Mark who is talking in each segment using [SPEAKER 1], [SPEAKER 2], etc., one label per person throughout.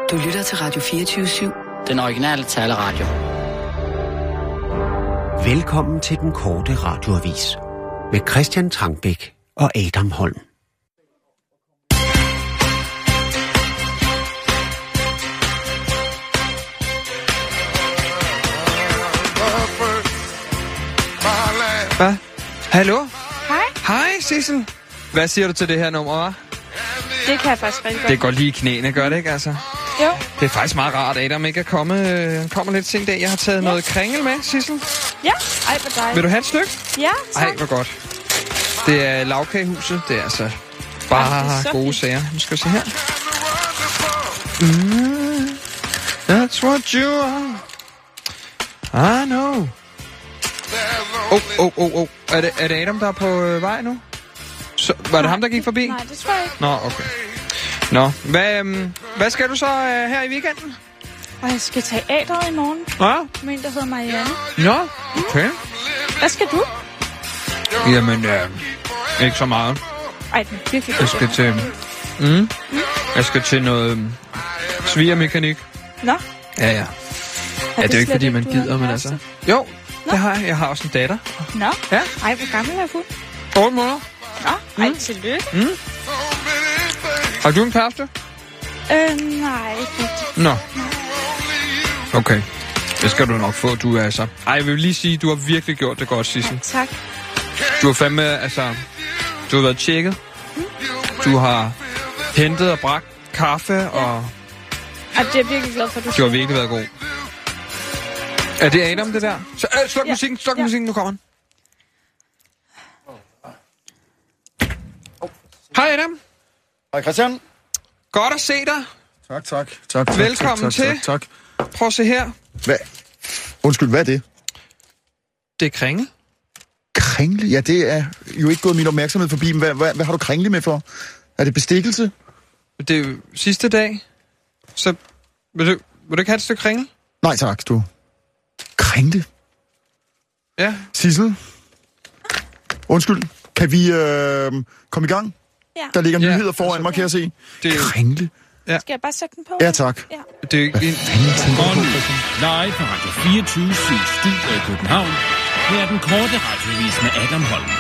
[SPEAKER 1] Du lytter til Radio 24/7.
[SPEAKER 2] Den originale taleradio.
[SPEAKER 3] Velkommen til den korte radioavis med Christian Trangbæk og Adam Holm.
[SPEAKER 4] Hvad? Hallo?
[SPEAKER 5] Hej.
[SPEAKER 4] Hej, Sissel. Hvad siger du til det her nummer, hva'?
[SPEAKER 5] Det kan jeg faktisk rigtig godt.
[SPEAKER 4] Det går lige i knæene, gør det ikke, altså?
[SPEAKER 5] Jo.
[SPEAKER 4] Det er faktisk meget rart, Adam ikke at kommer lidt sent i dag. Jeg har taget noget kringel med, Sissel.
[SPEAKER 5] Ja, ej, hvor dejligt.
[SPEAKER 4] Vil du have et stykke?
[SPEAKER 5] Ja, tak.
[SPEAKER 4] Ej, hvor godt. Det er lavkagehuset. Det er altså bare gode
[SPEAKER 5] fint.
[SPEAKER 4] sager. Nu skal vi se her. That's what you are. I know. Er det Adam, der er på vej nu? Var det ham, der gik forbi?
[SPEAKER 5] Nej, det tror jeg ikke.
[SPEAKER 4] Nå, okay. Nå, hvad skal du så her i weekenden?
[SPEAKER 5] Og jeg skal teater i morgen.
[SPEAKER 4] Ja?
[SPEAKER 5] Med en, der hedder Marianne.
[SPEAKER 4] Nå, okay.
[SPEAKER 5] Hvad skal du?
[SPEAKER 4] Jamen, ikke så meget.
[SPEAKER 5] Ej, den er virkelig
[SPEAKER 4] Jeg skal til... Jeg skal til noget svigermekanik.
[SPEAKER 5] Nå.
[SPEAKER 4] Ja. Ja, det er jo ikke, fordi man gider, men altså... Jo, det har jeg. Jeg har også en datter.
[SPEAKER 5] Nå.
[SPEAKER 4] Ja.
[SPEAKER 5] Ej, hvor gammel er du?
[SPEAKER 4] 8 måneder.
[SPEAKER 5] Nå, ej, tillykke.
[SPEAKER 4] Har du en kæreste?
[SPEAKER 5] Nej, ikke rigtigt.
[SPEAKER 4] Nå. Okay. Det skal du nok få, du er altså... Ej, jeg vil lige sige, du har virkelig gjort det godt, Sissel.
[SPEAKER 5] Ja, tak.
[SPEAKER 4] Du har fandme, altså... Du har været tjekket. Du har hentet og bragt kaffe, og...
[SPEAKER 5] Ej, det er jeg virkelig glad for, du
[SPEAKER 4] Du har virkelig været god. Er det Adam, det der? Så, sluk musikken, nu kommer han. Hej Adam.
[SPEAKER 6] Hej Christian.
[SPEAKER 4] Godt at se dig.
[SPEAKER 6] Tak.
[SPEAKER 4] Velkommen til.
[SPEAKER 6] Tak.
[SPEAKER 4] Prøv at se her.
[SPEAKER 6] Hvad? Undskyld, hvad er det?
[SPEAKER 4] Det er kringle.
[SPEAKER 6] Kringle? Ja, det er jo ikke gået min opmærksomhed forbi, men hvad har du kringle med for? Er det bestikkelse?
[SPEAKER 4] Det er jo sidste dag. Så vil du ikke have et stykke kringle?
[SPEAKER 6] Nej tak, du. Kringle?
[SPEAKER 4] Ja.
[SPEAKER 6] Sissel? Undskyld, kan vi komme i gang?
[SPEAKER 5] Ja.
[SPEAKER 6] Der ligger nyheder foran mig, kan jeg se.
[SPEAKER 4] Det er jo...
[SPEAKER 6] Kringle?
[SPEAKER 4] Ja.
[SPEAKER 5] Skal jeg bare sætte den på?
[SPEAKER 6] Ja, tak.
[SPEAKER 5] Ja.
[SPEAKER 4] Det er jo ikke...
[SPEAKER 7] Live fra Radio 24 Studio i København. Her er den korte radioavis med Adam Holm.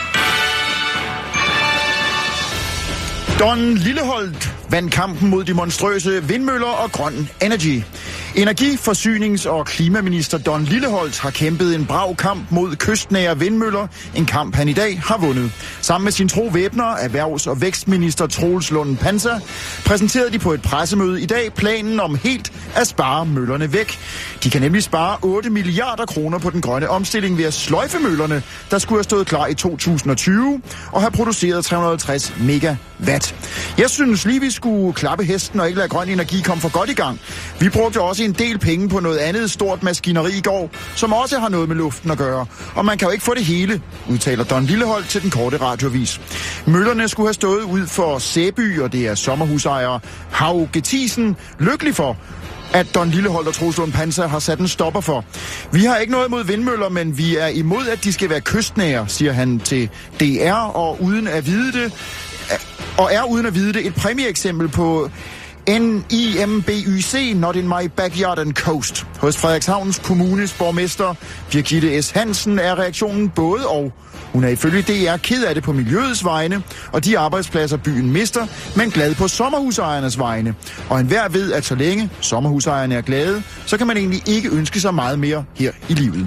[SPEAKER 6] Don Lilleholdt vandt kampen mod de monstrøse vindmøller og grøn energy. Energi-, forsynings- og klimaminister Don Lilleholdt har kæmpet en brav kamp mod kystnære vindmøller, en kamp han i dag har vundet. Sammen med sin tro væbner, erhvervs- og vækstminister Troels Lund Panser, præsenterede de på et pressemøde i dag planen om helt at spare møllerne væk. De kan nemlig spare 8 milliarder kroner på den grønne omstilling ved at sløjfe møllerne, der skulle have stået klar i 2020 og have produceret 350 megawatt. Jeg synes lige, vi skulle klappe hesten og ikke lade grøn energi komme for godt i gang. Vi brugte også en del penge på noget andet stort maskineri i går, som også har noget med luften at gøre. Og man kan jo ikke få det hele, udtaler Don Lilleholdt til den korte radioavis. Møllerne skulle have stået ud for Sæby, og det er sommerhusejer Hauge Thiesen lykkelig for, at Don Lilleholdt og Troels Lund Panser har sat en stopper for. Vi har ikke noget imod vindmøller, men vi er imod, at de skal være kystnære, siger han til DR, og uden at vide det et præmieeksempel på NIMBYC, Not in my backyard and coast. Hos Frederikshavns Kommunes borgmester Birgitte S. Hansen er reaktionen både og. Hun er ifølge DR ked af det på miljøets vegne, og de arbejdspladser byen mister, men glad på sommerhusejernes vegne. Og enhver ved, at så længe sommerhusejerne er glade, så kan man egentlig ikke ønske sig meget mere her i livet.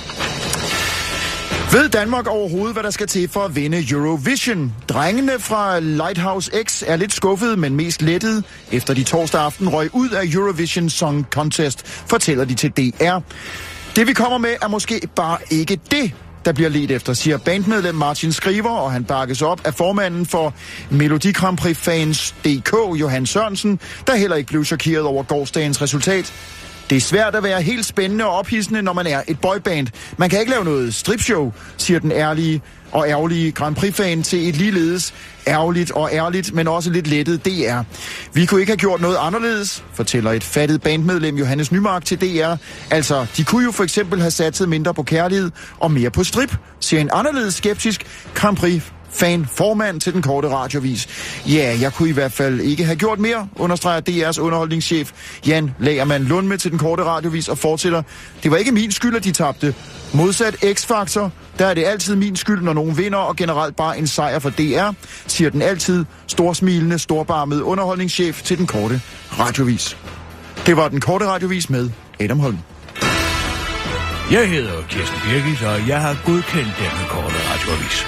[SPEAKER 6] Ved Danmark overhovedet, hvad der skal til for at vinde Eurovision? Drengene fra Lighthouse X er lidt skuffede, men mest lettede, efter de torsdag aften røg ud af Eurovision Song Contest, fortæller de til DR. Det vi kommer med er måske bare ikke det, der bliver ledt efter, siger bandmedlem Martin Skriver, og han bakkes op af formanden for Melodi Grand Prix Fans.dk, Johan Sørensen, der heller ikke blev chokeret over gårsdagens resultat. Det er svært at være helt spændende og ophidsende, når man er et boyband. Man kan ikke lave noget stripshow, siger den ærlige og ærgerlige Grand Prix-fan til et ligeledes ærgerligt og ærligt, men også lidt lettet DR. Vi kunne ikke have gjort noget anderledes, fortæller et fattet bandmedlem Johannes Nymark til DR. Altså, de kunne jo for eksempel have satset mindre på kærlighed og mere på strip, siger en anderledes skeptisk Grand Prix formand til den korte radiovis. Ja, jeg kunne i hvert fald ikke have gjort mere, understreger DR's underholdningschef Jan Lagermann Lundme til den korte radiovis og fortsætter. Det var ikke min skyld, at de tabte. Modsat X-Factor, der er det altid min skyld, når nogen vinder, og generelt bare en sejr for DR, siger den altid storsmilende, storbarmede underholdningschef til den korte radiovis. Det var den korte radiovis med Adam Holm.
[SPEAKER 7] Jeg hedder Kirsten Birgit, og jeg har godkendt denne korte radioavis.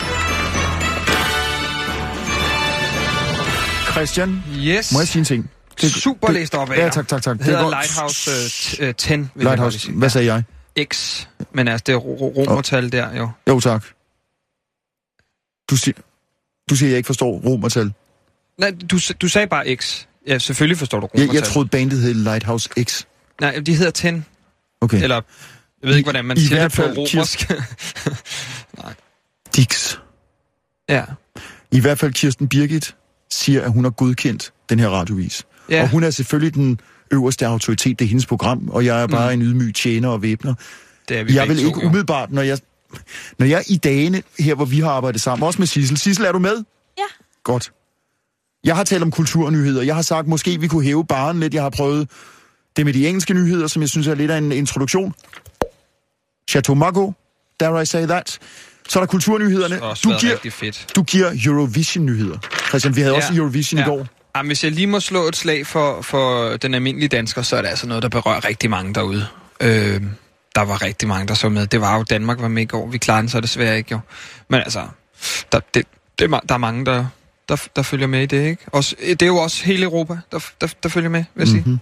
[SPEAKER 6] Christian,
[SPEAKER 4] Yes.
[SPEAKER 6] må jeg sige en ting?
[SPEAKER 4] Super læst op af
[SPEAKER 6] Ja,
[SPEAKER 4] jer.
[SPEAKER 6] tak.
[SPEAKER 4] Det hedder Lighthouse 10.
[SPEAKER 6] Lighthouse, hvad sagde jeg?
[SPEAKER 4] X, men altså det er romertal der jo.
[SPEAKER 6] Jo, tak. Du siger, jeg ikke forstår romertal.
[SPEAKER 4] Nej, du sagde bare X. Ja, selvfølgelig forstår du romertal.
[SPEAKER 6] Jeg troede bandet hed Lighthouse X.
[SPEAKER 4] Nej, de hedder 10.
[SPEAKER 6] Okay.
[SPEAKER 4] Eller, jeg ved ikke, hvordan man siger det på romersk. Nej.
[SPEAKER 6] Dix.
[SPEAKER 4] Ja.
[SPEAKER 6] I hvert fald Kirsten Birgit siger, at hun har godkendt den her radiovis.
[SPEAKER 4] Ja.
[SPEAKER 6] Og hun er selvfølgelig den øverste autoritet, det er hendes program, og jeg er bare en ydmyg tjener og væbner.
[SPEAKER 4] Det er vi
[SPEAKER 6] jeg vil
[SPEAKER 4] ikke
[SPEAKER 6] ikke umiddelbart, når jeg i dagene her, hvor vi har arbejdet sammen, også med Sissel. Sissel, er du med?
[SPEAKER 5] Ja.
[SPEAKER 6] Godt. Jeg har talt om kulturnyheder. Jeg har sagt, måske vi kunne hæve barren lidt. Jeg har prøvet det med de engelske nyheder, som jeg synes er lidt af en introduktion. Chateau Margaux, dare I say that. Så er der kulturnyhederne. Du giver Eurovision-nyheder. Christian, vi havde også Eurovision i går.
[SPEAKER 4] Jamen, hvis jeg lige må slå et slag for den almindelige dansker, så er det altså noget, der berører rigtig mange derude. Der var rigtig mange, der så med. Det var jo, Danmark var med i går. Vi klarede den så desværre ikke, jo. Men altså, der er mange, der følger med i det, ikke? Også, det er jo også hele Europa, der følger med, vil jeg sige.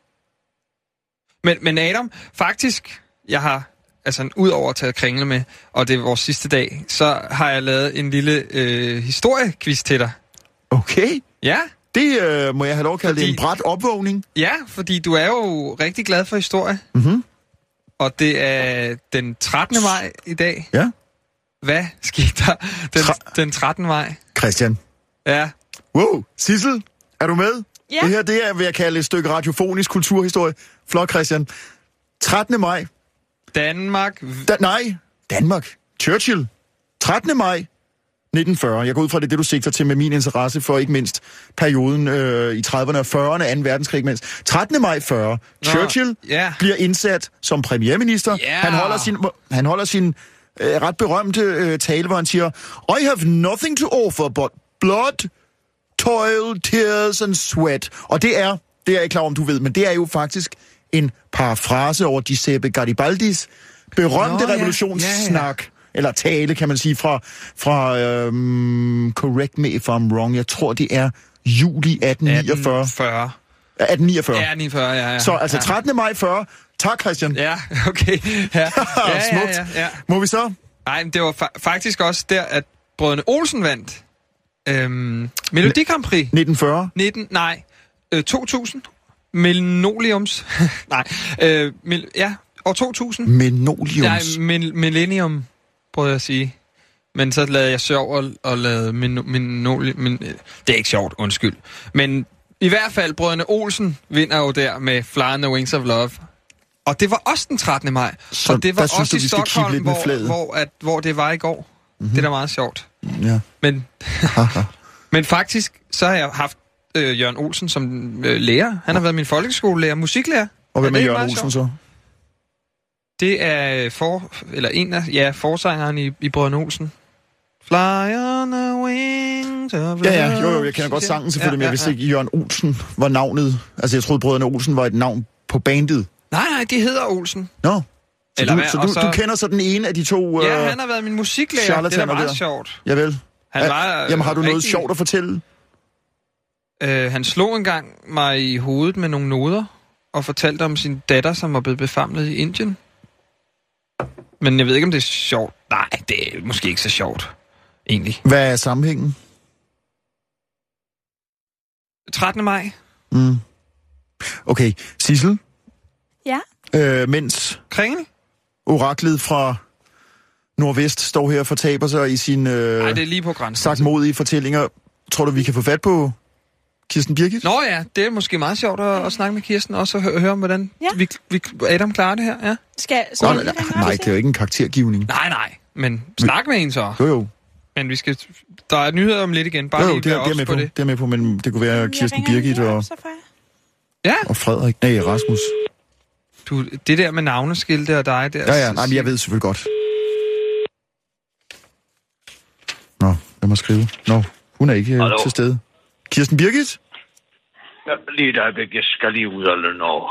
[SPEAKER 4] Men Adam, faktisk, jeg har ud over at tage kringle med, og det er vores sidste dag, så har jeg lavet en lille historiequiz til dig.
[SPEAKER 6] Okay.
[SPEAKER 4] Ja.
[SPEAKER 6] Det må jeg have lov at kalde det en brat opvågning.
[SPEAKER 4] Ja, fordi du er jo rigtig glad for historie. Og det er den 13. maj i dag.
[SPEAKER 6] Ja.
[SPEAKER 4] Hvad skete der den 13. maj?
[SPEAKER 6] Christian.
[SPEAKER 4] Ja.
[SPEAKER 6] Wow, Sissel, er du med?
[SPEAKER 5] Ja.
[SPEAKER 6] Det her, det er, vil jeg kalde et stykke radiofonisk kulturhistorie. Flot, Christian. 13. maj.
[SPEAKER 4] Danmark.
[SPEAKER 6] Danmark. Churchill. 13. maj 1940. Jeg går ud fra det, du sigter til med min interesse for ikke mindst perioden i 30'erne og 40'erne, 2. verdenskrig. Mens 13. maj 40. Churchill bliver indsat som premierminister. Han holder sin ret berømte tale, hvor han siger, I have nothing to offer but blood, toil, tears and sweat. Og det er jeg ikke klar om, du ved, men det er jo faktisk en parafrase over Giuseppe Garibaldis berømte revolutionssnak, eller tale, kan man sige, fra correct me if I'm wrong, jeg tror, det er juli 1849. 1849.
[SPEAKER 4] Ja, 1849, ja.
[SPEAKER 6] Så altså 13. maj 40. Tak, Christian.
[SPEAKER 4] Ja, okay. Ja.
[SPEAKER 6] Smukt. Ja. Må vi så?
[SPEAKER 4] Nej, det var faktisk også der, at brødrene Olsen vandt Melodi Grand Prix.
[SPEAKER 6] 1940?
[SPEAKER 4] 2000. Millenniums. år 2000.
[SPEAKER 6] Millenniums.
[SPEAKER 4] Nej, millennium, prøvede jeg at sige. Men så lavede jeg sjov og lavede det er ikke sjovt, undskyld. Men i hvert fald, brødrene Olsen vinder jo der med Fly on the Wings of Love. Og det var også den 13. maj.
[SPEAKER 6] Så
[SPEAKER 4] og det var også
[SPEAKER 6] i
[SPEAKER 4] Stockholm, hvor det var i går. Det er da meget sjovt.
[SPEAKER 6] Ja.
[SPEAKER 4] Men faktisk, så har jeg haft Jørgen Olsen som lærer. Han har været min folkeskolelærer, musiklærer.
[SPEAKER 6] Og hvem er Jørgen Olsen så?
[SPEAKER 4] Det er en af forsangeren i Brødrene Olsen. Fly on the wings of love.
[SPEAKER 6] Ja, jo, jeg kender godt sangen selvfølgelig, men jeg vidste ikke, Jørgen Olsen var navnet. Altså, jeg troede, Brødrene Olsen var et navn på bandet.
[SPEAKER 4] Nej, de hedder Olsen.
[SPEAKER 6] Nå. Du kender så den ene af de to...
[SPEAKER 4] Ja, han har været min musiklærer. Det er meget sjovt.
[SPEAKER 6] Javel.
[SPEAKER 4] Jamen,
[SPEAKER 6] har du noget sjovt at fortælle?
[SPEAKER 4] Han slog engang mig i hovedet med nogle noder, og fortalte om sin datter, som var blevet befamlet i Indien. Men jeg ved ikke, om det er sjovt. Nej, det er måske ikke så sjovt, egentlig.
[SPEAKER 6] Hvad er sammenhængen?
[SPEAKER 4] 13. maj.
[SPEAKER 6] Okay, Sissel?
[SPEAKER 5] Ja?
[SPEAKER 6] Mens
[SPEAKER 4] Kringle?
[SPEAKER 6] oraklet fra Nordvest står her og fortaber sig i sin
[SPEAKER 4] det er lige på grænsen.
[SPEAKER 6] sagtmodige fortællinger. Tror du, vi kan få fat på Kirsten Birgit?
[SPEAKER 4] Nå ja, det er måske meget sjovt at snakke med Kirsten, og så høre om, hvordan Adam klarer det her. Ja.
[SPEAKER 5] Skal
[SPEAKER 6] nej, det er jo ikke en karaktergivning.
[SPEAKER 4] Nej, men snak med en så.
[SPEAKER 6] Jo.
[SPEAKER 4] Men vi skal... Der er nyheder om lidt igen. Bare lige være ops på det.
[SPEAKER 6] Det er med på, men det kunne være Kirsten Birgit og Frederik. Nej, Rasmus.
[SPEAKER 4] Du, det der med navneskilte og dig der...
[SPEAKER 6] Ja, nej, men jeg ved selvfølgelig godt. Nå, lad mig skrive. Nå, hun er ikke til stede. Kirsten Birgit?
[SPEAKER 2] Ja, lige der, jeg skal lige ud og lønne over.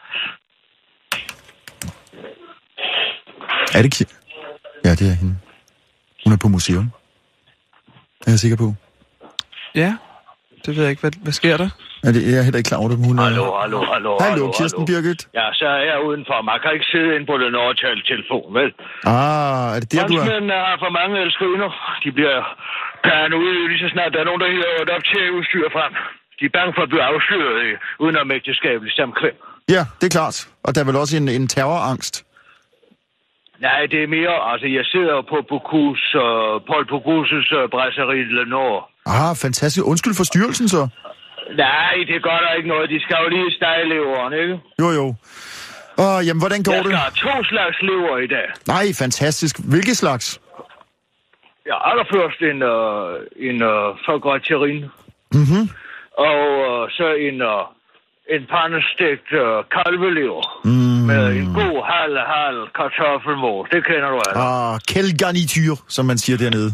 [SPEAKER 6] Er det Ja, det er hende. Hun er på museum. Er jeg sikker på?
[SPEAKER 4] Ja, det ved jeg ikke. Hvad sker der?
[SPEAKER 6] Jeg er heller ikke klar over det, men hun er... Hallo, Kirsten Birgit.
[SPEAKER 2] Ja, så er jeg udenfor. Man kan ikke sidde inde på den overtalte telefon, vel?
[SPEAKER 6] Er det der, du er?
[SPEAKER 2] Franskmændene har for mange elskeriner. De bliver gerne ude lige så snart. Der er nogen, der hiver et optageudstyr frem. De er bange for at blive afsløret uden om ægteskabeligt samkvem.
[SPEAKER 6] Ja, det er klart. Og der er vel også en terrorangst.
[SPEAKER 2] Nej, det er mere... Altså, jeg sidder på Paul Bocuse brasserie i Lenore.
[SPEAKER 6] Fantastisk. Undskyld for styrelsen, så.
[SPEAKER 2] Nej, det gør der ikke noget. De skal jo lige stege leveren, ikke?
[SPEAKER 6] Jo. Jamen, hvordan går det?
[SPEAKER 2] Jeg skal have 2 slags lever i dag.
[SPEAKER 6] Nej, fantastisk. Hvilke slags?
[SPEAKER 2] Ja, allerførst en forgrætterine.
[SPEAKER 6] Mhm.
[SPEAKER 2] Og så en pandestegt kalvelever. Med en god halv kartoffelmos. Det kender du altså.
[SPEAKER 6] Quelle garniture, som man siger dernede.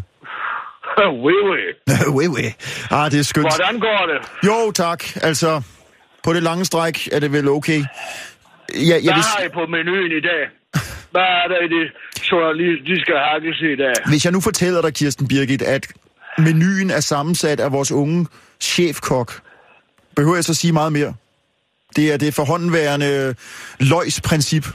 [SPEAKER 2] Oui.
[SPEAKER 6] Det er skønt.
[SPEAKER 2] Hvordan går det?
[SPEAKER 6] Jo, tak. Altså, på det lange stræk er det vel okay.
[SPEAKER 2] Hvad har I på menuen i dag? Hvad er der i det journalistiske hakkelse i dag?
[SPEAKER 6] Hvis jeg nu fortæller dig, Kirsten Birgit, at menuen er sammensat af vores unge chefkok, behøver jeg så sige meget mere? Det er det forhåndenværende løgsprincip.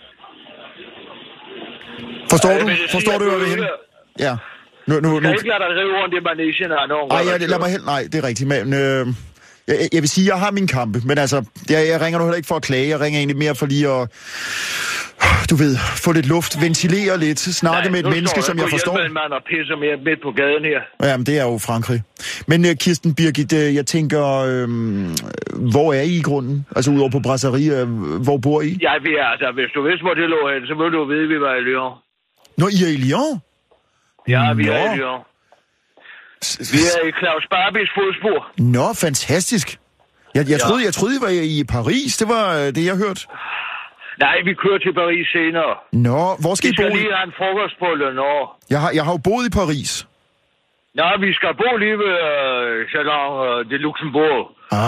[SPEAKER 6] Forstår du, hvad vi hen? Ja. Nu.
[SPEAKER 2] Jeg kan ikke lade dig rive rundt i manesien af nogen.
[SPEAKER 6] Nej, det er rigtigt. Men, jeg vil sige, jeg har min kampe, men altså, jeg ringer nu heller ikke for at klage. Jeg ringer egentlig mere for lige at, du ved, få lidt luft, ventilere lidt, snakke med et menneske, som jeg forstår.
[SPEAKER 2] Nej, nu står jeg og pisser mere midt på gaden her.
[SPEAKER 6] Jamen, det er jo Frankrig. Men Kirsten Birgit, jeg tænker, hvor er I i grunden? Altså, udover på brasserie, hvor bor I?
[SPEAKER 2] Ja, vi er, altså, hvis du vidste, hvor det lå hen, så ville du vide, at vi var i Lyon.
[SPEAKER 6] Nå, I er i Lyon?
[SPEAKER 2] Ja, vi er i Lyon. Vi er i Claus Barbies fodspor.
[SPEAKER 6] Nå, fantastisk. Jeg troede, I var i Paris. Det var det, jeg hørte.
[SPEAKER 2] Nej, vi kører til Paris senere.
[SPEAKER 6] Nå, hvor skal I bo?
[SPEAKER 2] Vi skal lige have en frokost på Lenore.
[SPEAKER 6] Jeg har jo boet i Paris.
[SPEAKER 2] Nå, vi skal bo lige ved Salon de Luxembourg.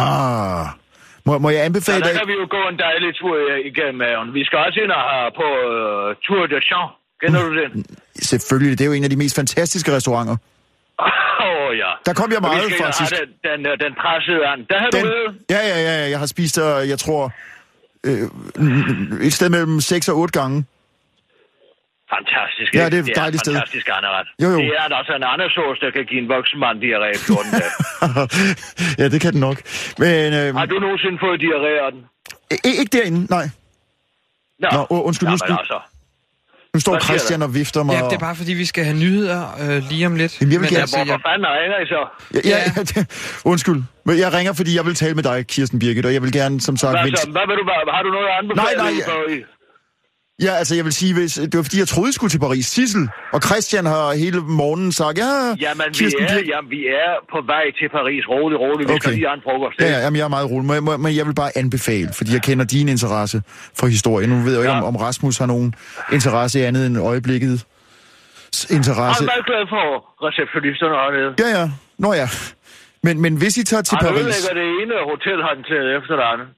[SPEAKER 6] Må jeg anbefale dig?
[SPEAKER 2] Så der kan vi jo gå en dejlig tur igennem maven. Vi skal også ind og have på Tour de Champs. Kender du den?
[SPEAKER 6] Selvfølgelig, det er jo en af de mest fantastiske restauranter.
[SPEAKER 2] Ja.
[SPEAKER 6] Der kom jeg meget, faktisk.
[SPEAKER 2] Den pressede an. Der har du ved?
[SPEAKER 6] Ja. Jeg har spist der, jeg tror, et sted mellem 6 og 8 gange.
[SPEAKER 2] Fantastisk.
[SPEAKER 6] Ja, det er et dejligt sted.
[SPEAKER 2] Fantastisk anderet.
[SPEAKER 6] Jo.
[SPEAKER 2] Det er altså en anden sauce, der kan give en voksen mand diarré 14 dage.
[SPEAKER 6] Ja, det kan den nok. Men,
[SPEAKER 2] har du nogensinde fået diarré af den?
[SPEAKER 6] Ikke derinde, nej. Nå, undskyld. Nu står Christian og vifter mig.
[SPEAKER 4] Ja, det er bare fordi, vi skal have nyheder lige om lidt.
[SPEAKER 6] Jamen, jeg vil gerne...
[SPEAKER 2] Hvor fanden ringer I så?
[SPEAKER 6] Ja, undskyld. Men jeg ringer, fordi jeg vil tale med dig, Kirsten Birgit, og jeg vil gerne, som sagt...
[SPEAKER 2] Hvad vil du bare? Har du noget andet?
[SPEAKER 6] Nej. Ja, altså, jeg vil sige, det var fordi, jeg troede, jeg skulle til Paris. Sissel og Christian har hele morgenen sagt,
[SPEAKER 2] Jamen, vi er på vej til Paris. Rolig. Vi skal lige have en frokost.
[SPEAKER 6] Ja, jeg er meget rolig. Men jeg vil bare anbefale, fordi jeg kender din interesse for historien. Nu ved jeg ikke, om Rasmus har nogen interesse i andet end øjeblikket. Interesse.
[SPEAKER 2] Jeg er meget glad for receptionisterne hernede.
[SPEAKER 6] Ja. Nå ja. Men hvis I tager til Paris...
[SPEAKER 2] Han ødelægger det ene hotel, han til efter det andet.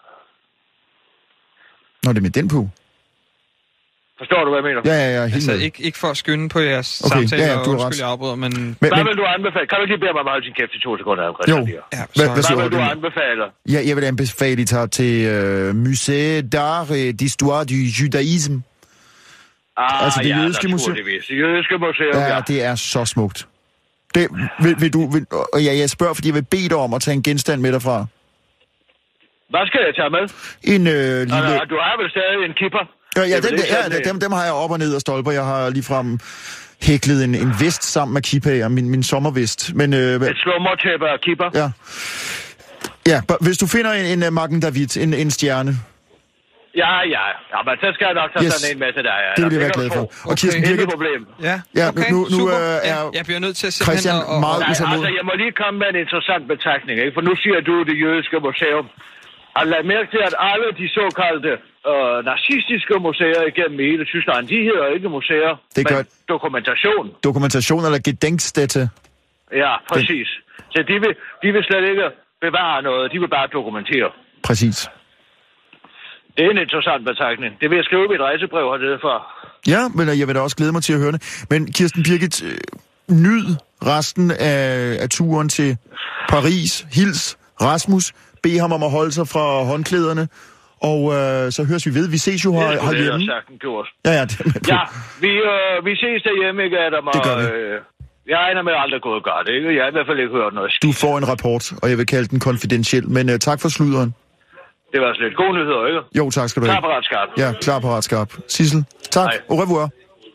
[SPEAKER 6] Nå, det er med den på.
[SPEAKER 2] Forstår du, hvad jeg mener?
[SPEAKER 6] Ja,
[SPEAKER 4] altså, ikke for at skynde på jeres samtale, og undskyld, jeg afbryder, men...
[SPEAKER 2] Hvad vil du anbefale? Kan du ikke lige bede mig at holde sin kæft i 2 sekunder?
[SPEAKER 6] Jo.
[SPEAKER 2] Hvad vil du anbefale?
[SPEAKER 6] Ja, jeg vil anbefale, at I tager til Musée d'Art et d'Histoire du Judaïsme. Altså det jødiske museum.
[SPEAKER 2] Det jødiske museum,
[SPEAKER 6] ja. Det er så smukt. Det vil du... Og jeg spørger, fordi jeg vil bede dig om at tage en genstand med derfra.
[SPEAKER 2] Hvad skal jeg tage med?
[SPEAKER 6] En lille...
[SPEAKER 2] Du har vel stadig en kipper?
[SPEAKER 6] Ja, dem har jeg op og ned og stolper. Jeg har ligefrem hæklet en vest sammen med kippager, min sommervest. Men,
[SPEAKER 2] et slummertæppe af kipper?
[SPEAKER 6] Ja, hvis du finder en Magen David, en stjerne.
[SPEAKER 2] Ja, men så skal jeg nok tage sådan en med til dig. Ja.
[SPEAKER 6] Det vil jeg være glad for. Og Kirsten Birgit...
[SPEAKER 2] problem.
[SPEAKER 4] Ja, okay,
[SPEAKER 6] nu
[SPEAKER 4] er jeg bliver nødt til at
[SPEAKER 6] Christian meget
[SPEAKER 2] usålmodig. Altså, jeg må lige komme med en interessant betragtning, ikke? For nu siger du det jødiske museum. Og lad mærke til, at alle de såkaldte nazistiske museer igennem hele Tyskland, de hedder ikke museer, men dokumentation.
[SPEAKER 6] Dokumentation eller Gedenkstätte.
[SPEAKER 2] Ja, præcis. Så de vil slet ikke bevare noget, de vil bare dokumentere.
[SPEAKER 6] Præcis.
[SPEAKER 2] Det er en interessant betragtning. Det vil jeg skrive i mit rejsebrev hernede for.
[SPEAKER 6] Ja, men jeg vil da også glæde mig til at høre det. Men Kirsten Birgit, nyd resten af turen til Paris. Hils Rasmus. Bed ham om at holde sig fra håndklæderne. Og så høres vi ved. Vi ses jo herhjemme. Ja,
[SPEAKER 2] vi ses derhjemme, ikke, Adam?
[SPEAKER 6] Det gør vi.
[SPEAKER 2] Jeg regner med, at aldrig gået godt, ikke? Jeg har i hvert fald ikke hørt noget.
[SPEAKER 6] Du får en rapport, og jeg vil kalde den konfidentiel. Men tak for sluderen.
[SPEAKER 2] Det var slet gode nyheder, ikke?
[SPEAKER 6] Jo, tak skal du have.
[SPEAKER 2] Klar, parat, skarp.
[SPEAKER 6] Ja, klar, parat, skarp. Sissel, tak. Hej. Au revoir.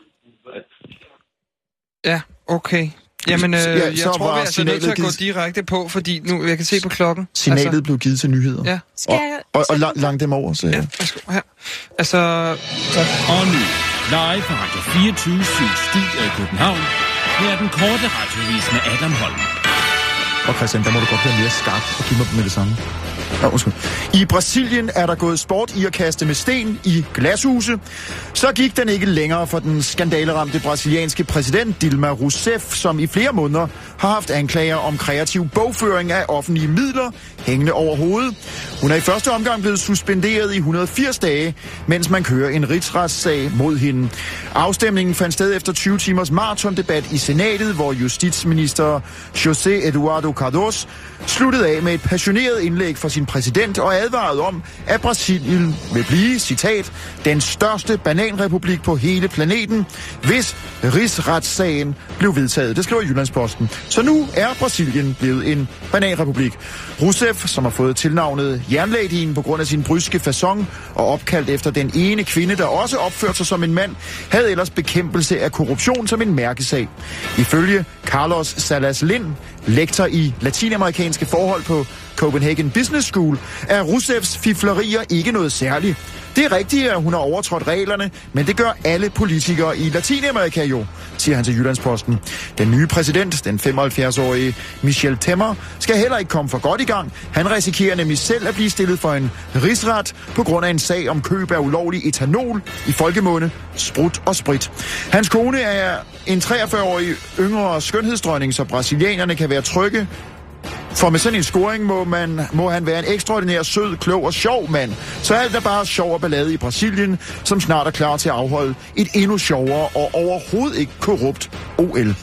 [SPEAKER 4] Ja, okay. Jamen, jeg tror, vi er altså nødt til at gå direkte på, fordi nu, jeg kan se på klokken.
[SPEAKER 6] Signalet blev givet til nyheder.
[SPEAKER 4] Ja.
[SPEAKER 6] Og langt dem over, så...
[SPEAKER 4] Ja, værsgo, her. Altså...
[SPEAKER 7] Og nu, live fra Radio 24 studiet i København, her er den korte radiovis med Adam Holm.
[SPEAKER 6] Og Christian, der må du godt være mere skarp og give mig med det samme. I Brasilien er der gået sport i at kaste med sten i glashuse. Så gik den ikke længere for den skandaleramte brasilianske præsident Dilma Rousseff, som i flere måneder har haft anklager om kreativ bogføring af offentlige midler hængende over hovedet. Hun er i første omgang blevet suspenderet i 180 dage, mens man kører en rigsretssag mod hende. Afstemningen fandt sted efter 20 timers maratondebat i senatet, hvor justitsminister José Eduardo Cardoso sluttede af med et passioneret indlæg for sin præsident og advarede om, at Brasilien vil blive, citat, den største bananrepublik på hele planeten, hvis rigsretssagen blev vedtaget. Det skriver Jyllandsposten. Så nu er Brasilien blevet en bananrepublik. Rousseff, som har fået tilnavnet jernladien på grund af sin bryske facon og opkaldt efter den ene kvinde, der også opførte sig som en mand, havde ellers bekæmpelse af korruption som en mærkesag. Ifølge Carlos Salas Lind, lektor i latinamerikanske forhold på Copenhagen Business School, er Rousseffs fiflerier ikke noget særligt. Det er rigtigt, at hun har overtrådt reglerne, men det gør alle politikere i Latinamerika jo, siger han til Jyllandsposten. Den nye præsident, den 75-årige Michel Temer, skal heller ikke komme for godt i gang. Han risikerer nemlig selv at blive stillet for en rigsret på grund af en sag om køb af ulovlig etanol, i folkemunde sprut og sprit. Hans kone er en 43-årig yngre skønhedsdronning, så brasilianerne kan være trygge. For med sådan en scoring må han være en ekstraordinær sød, klog og sjov mand. Så alt er bare sjov og ballade i Brasilien, som snart er klar til at afholde et endnu sjovere og overhovedet ikke korrupt OL.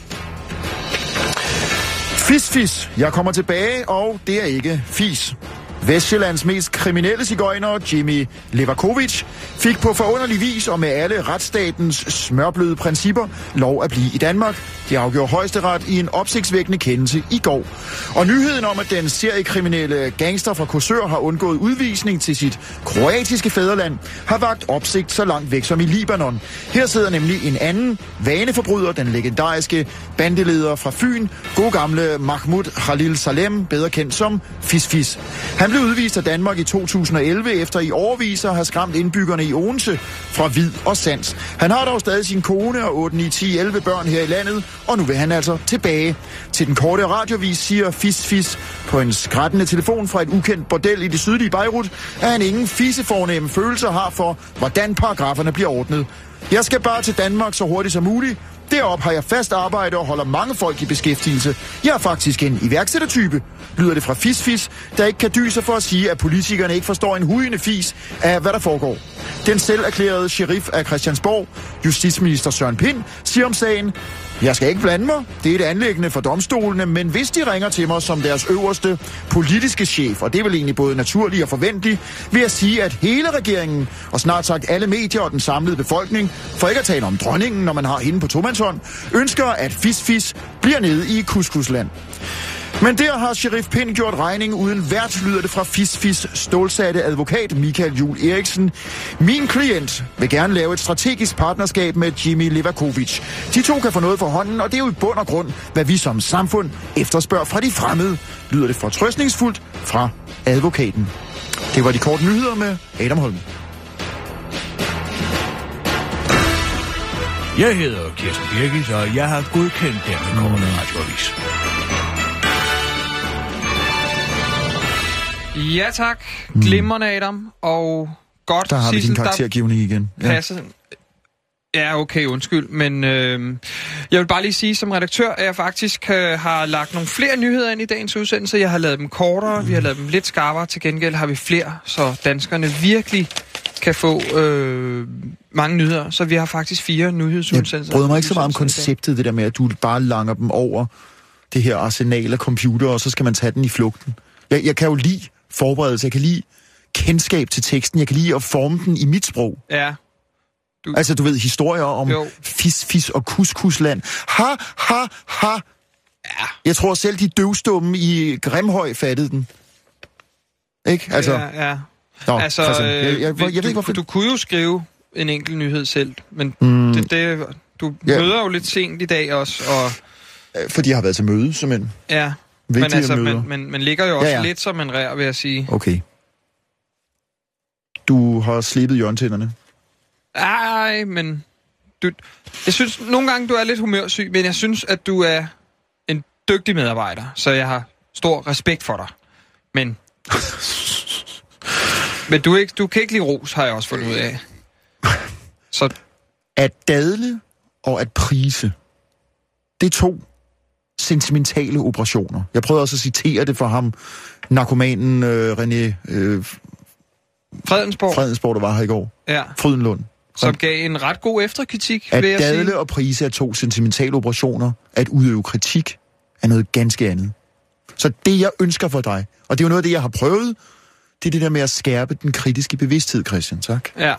[SPEAKER 6] Fis, jeg kommer tilbage, og det er ikke fis. Vestjyllands mest kriminelle sigøjner, Jimmy Levakovic, fik på forunderlig vis og med alle retsstatens smørbløde principper lov at blive i Danmark. Det afgjorde Højesteret i en opsigtsvækkende kendelse i går. Og nyheden om, at den seriekriminelle gangster fra Korsør har undgået udvisning til sit kroatiske fædreland, har vakt opsigt så langt væk som i Libanon. Her sidder nemlig en anden vaneforbryder, den legendariske bandeleder fra Fyn, god gamle Mahmoud Khalil Salem, bedre kendt som Fis. Han blev udvist af Danmark i 2011 efter i årevis at have skræmt indbyggerne i Odense fra vid og sans. Han har dog stadig sin kone og 8, 9, 10, 11 børn her i landet, og nu vil han altså tilbage. Til den korte radiovis siger Fis på en skrættende telefon fra et ukendt bordel i det sydlige Beirut, at han ingen fisefornemme følelser har for, hvordan paragraferne bliver ordnet. Jeg skal bare til Danmark så hurtigt som muligt. Deroppe har jeg fast arbejde og holder mange folk i beskæftigelse. Jeg er faktisk en iværksættertype, lyder det fra Fis, der ikke kan dyse for at sige, at politikerne ikke forstår en hujende fis af, hvad der foregår. Den selv erklærede sheriff af Christiansborg, justitsminister Søren Pind, siger om sagen: jeg skal ikke blande mig. Det er et anliggende for domstolene, men hvis de ringer til mig som deres øverste politiske chef, og det er vel egentlig både naturligt og forventeligt, vil jeg sige, at hele regeringen og snart sagt alle medier og den samlede befolkning, for ikke at tale om dronningen, når man har hende på tomandshånd, ønsker, at Fis bliver nede i Couscousland. Men der har sheriff Pind gjort regning uden vært, lyder det fra Fis stålsatte advokat Michael Juhl Eriksen. Min klient vil gerne lave et strategisk partnerskab med Jimmy Levakovic. De to kan få noget for hånden, og det er jo i bund og grund, hvad vi som samfund efterspørger fra de fremmede, lyder det fortrøstningsfuldt fra advokaten. Det var de korte nyheder med Adam Holm.
[SPEAKER 7] Jeg hedder Kirsten Birgit, og jeg har godkendt denne korte radioavis.
[SPEAKER 4] Ja tak, glimrende Adam, og godt
[SPEAKER 6] Der har vi
[SPEAKER 4] Sissel,
[SPEAKER 6] din karaktergivning igen. Ja.
[SPEAKER 4] Passer. Ja, okay, undskyld, men jeg vil bare lige sige som redaktør, at jeg faktisk har lagt nogle flere nyheder ind i dagens udsendelse. Jeg har lavet dem kortere, vi har lavet dem lidt skarpere, til gengæld har vi flere, så danskerne virkelig kan få mange nyheder. Så vi har faktisk 4 nyhedsudsendelser.
[SPEAKER 6] Jeg bryder mig ikke så meget om konceptet, det der med, at du bare langer dem over det her arsenal af computer, og så skal man tage den i flugten. Jeg kan jo lide forberedelse, jeg kan lide kendskab til teksten, jeg kan lide at forme den i mit sprog.
[SPEAKER 4] Ja.
[SPEAKER 6] Altså, du ved, historier om fis og kuskusland. Ha, ha, ha. Ja. Jeg tror selv, de døvstumme i Grimhøj fattede den. Ikke? Altså...
[SPEAKER 4] Ja.
[SPEAKER 6] Nå,
[SPEAKER 4] altså,
[SPEAKER 6] jeg ved ikke, hvorfor...
[SPEAKER 4] Du kunne jo skrive en enkelt nyhed selv, men du møder jo lidt sent i dag også, og...
[SPEAKER 6] Fordi jeg har været til møde, simpelthen.
[SPEAKER 4] Ja, men altså, man ligger jo også lidt som en rær, vil jeg sige.
[SPEAKER 6] Okay. Du har slebet hjørnetænderne.
[SPEAKER 4] Ej, men... Jeg synes, nogle gange du er lidt humørsyg, men jeg synes, at du er en dygtig medarbejder, så jeg har stor respekt for dig. Men du kan ikke lide ros, har jeg også fundet ud af. Så...
[SPEAKER 6] At dadle og at prise, det er 2 sentimentale operationer. Jeg prøvede også at citere det for ham, narkomanen René Fredensborg, der var her i går.
[SPEAKER 4] Ja.
[SPEAKER 6] Frydenlund.
[SPEAKER 4] Som gav en ret god efterkritik,
[SPEAKER 6] at
[SPEAKER 4] vil jeg sige.
[SPEAKER 6] At dadle og prise er 2 sentimentale operationer. At udøve kritik er noget ganske andet. Så det, jeg ønsker for dig, og det er jo noget af det, jeg har prøvet, det er det der med at skærpe den kritiske bevidsthed, Christian. Tak.
[SPEAKER 4] Ja.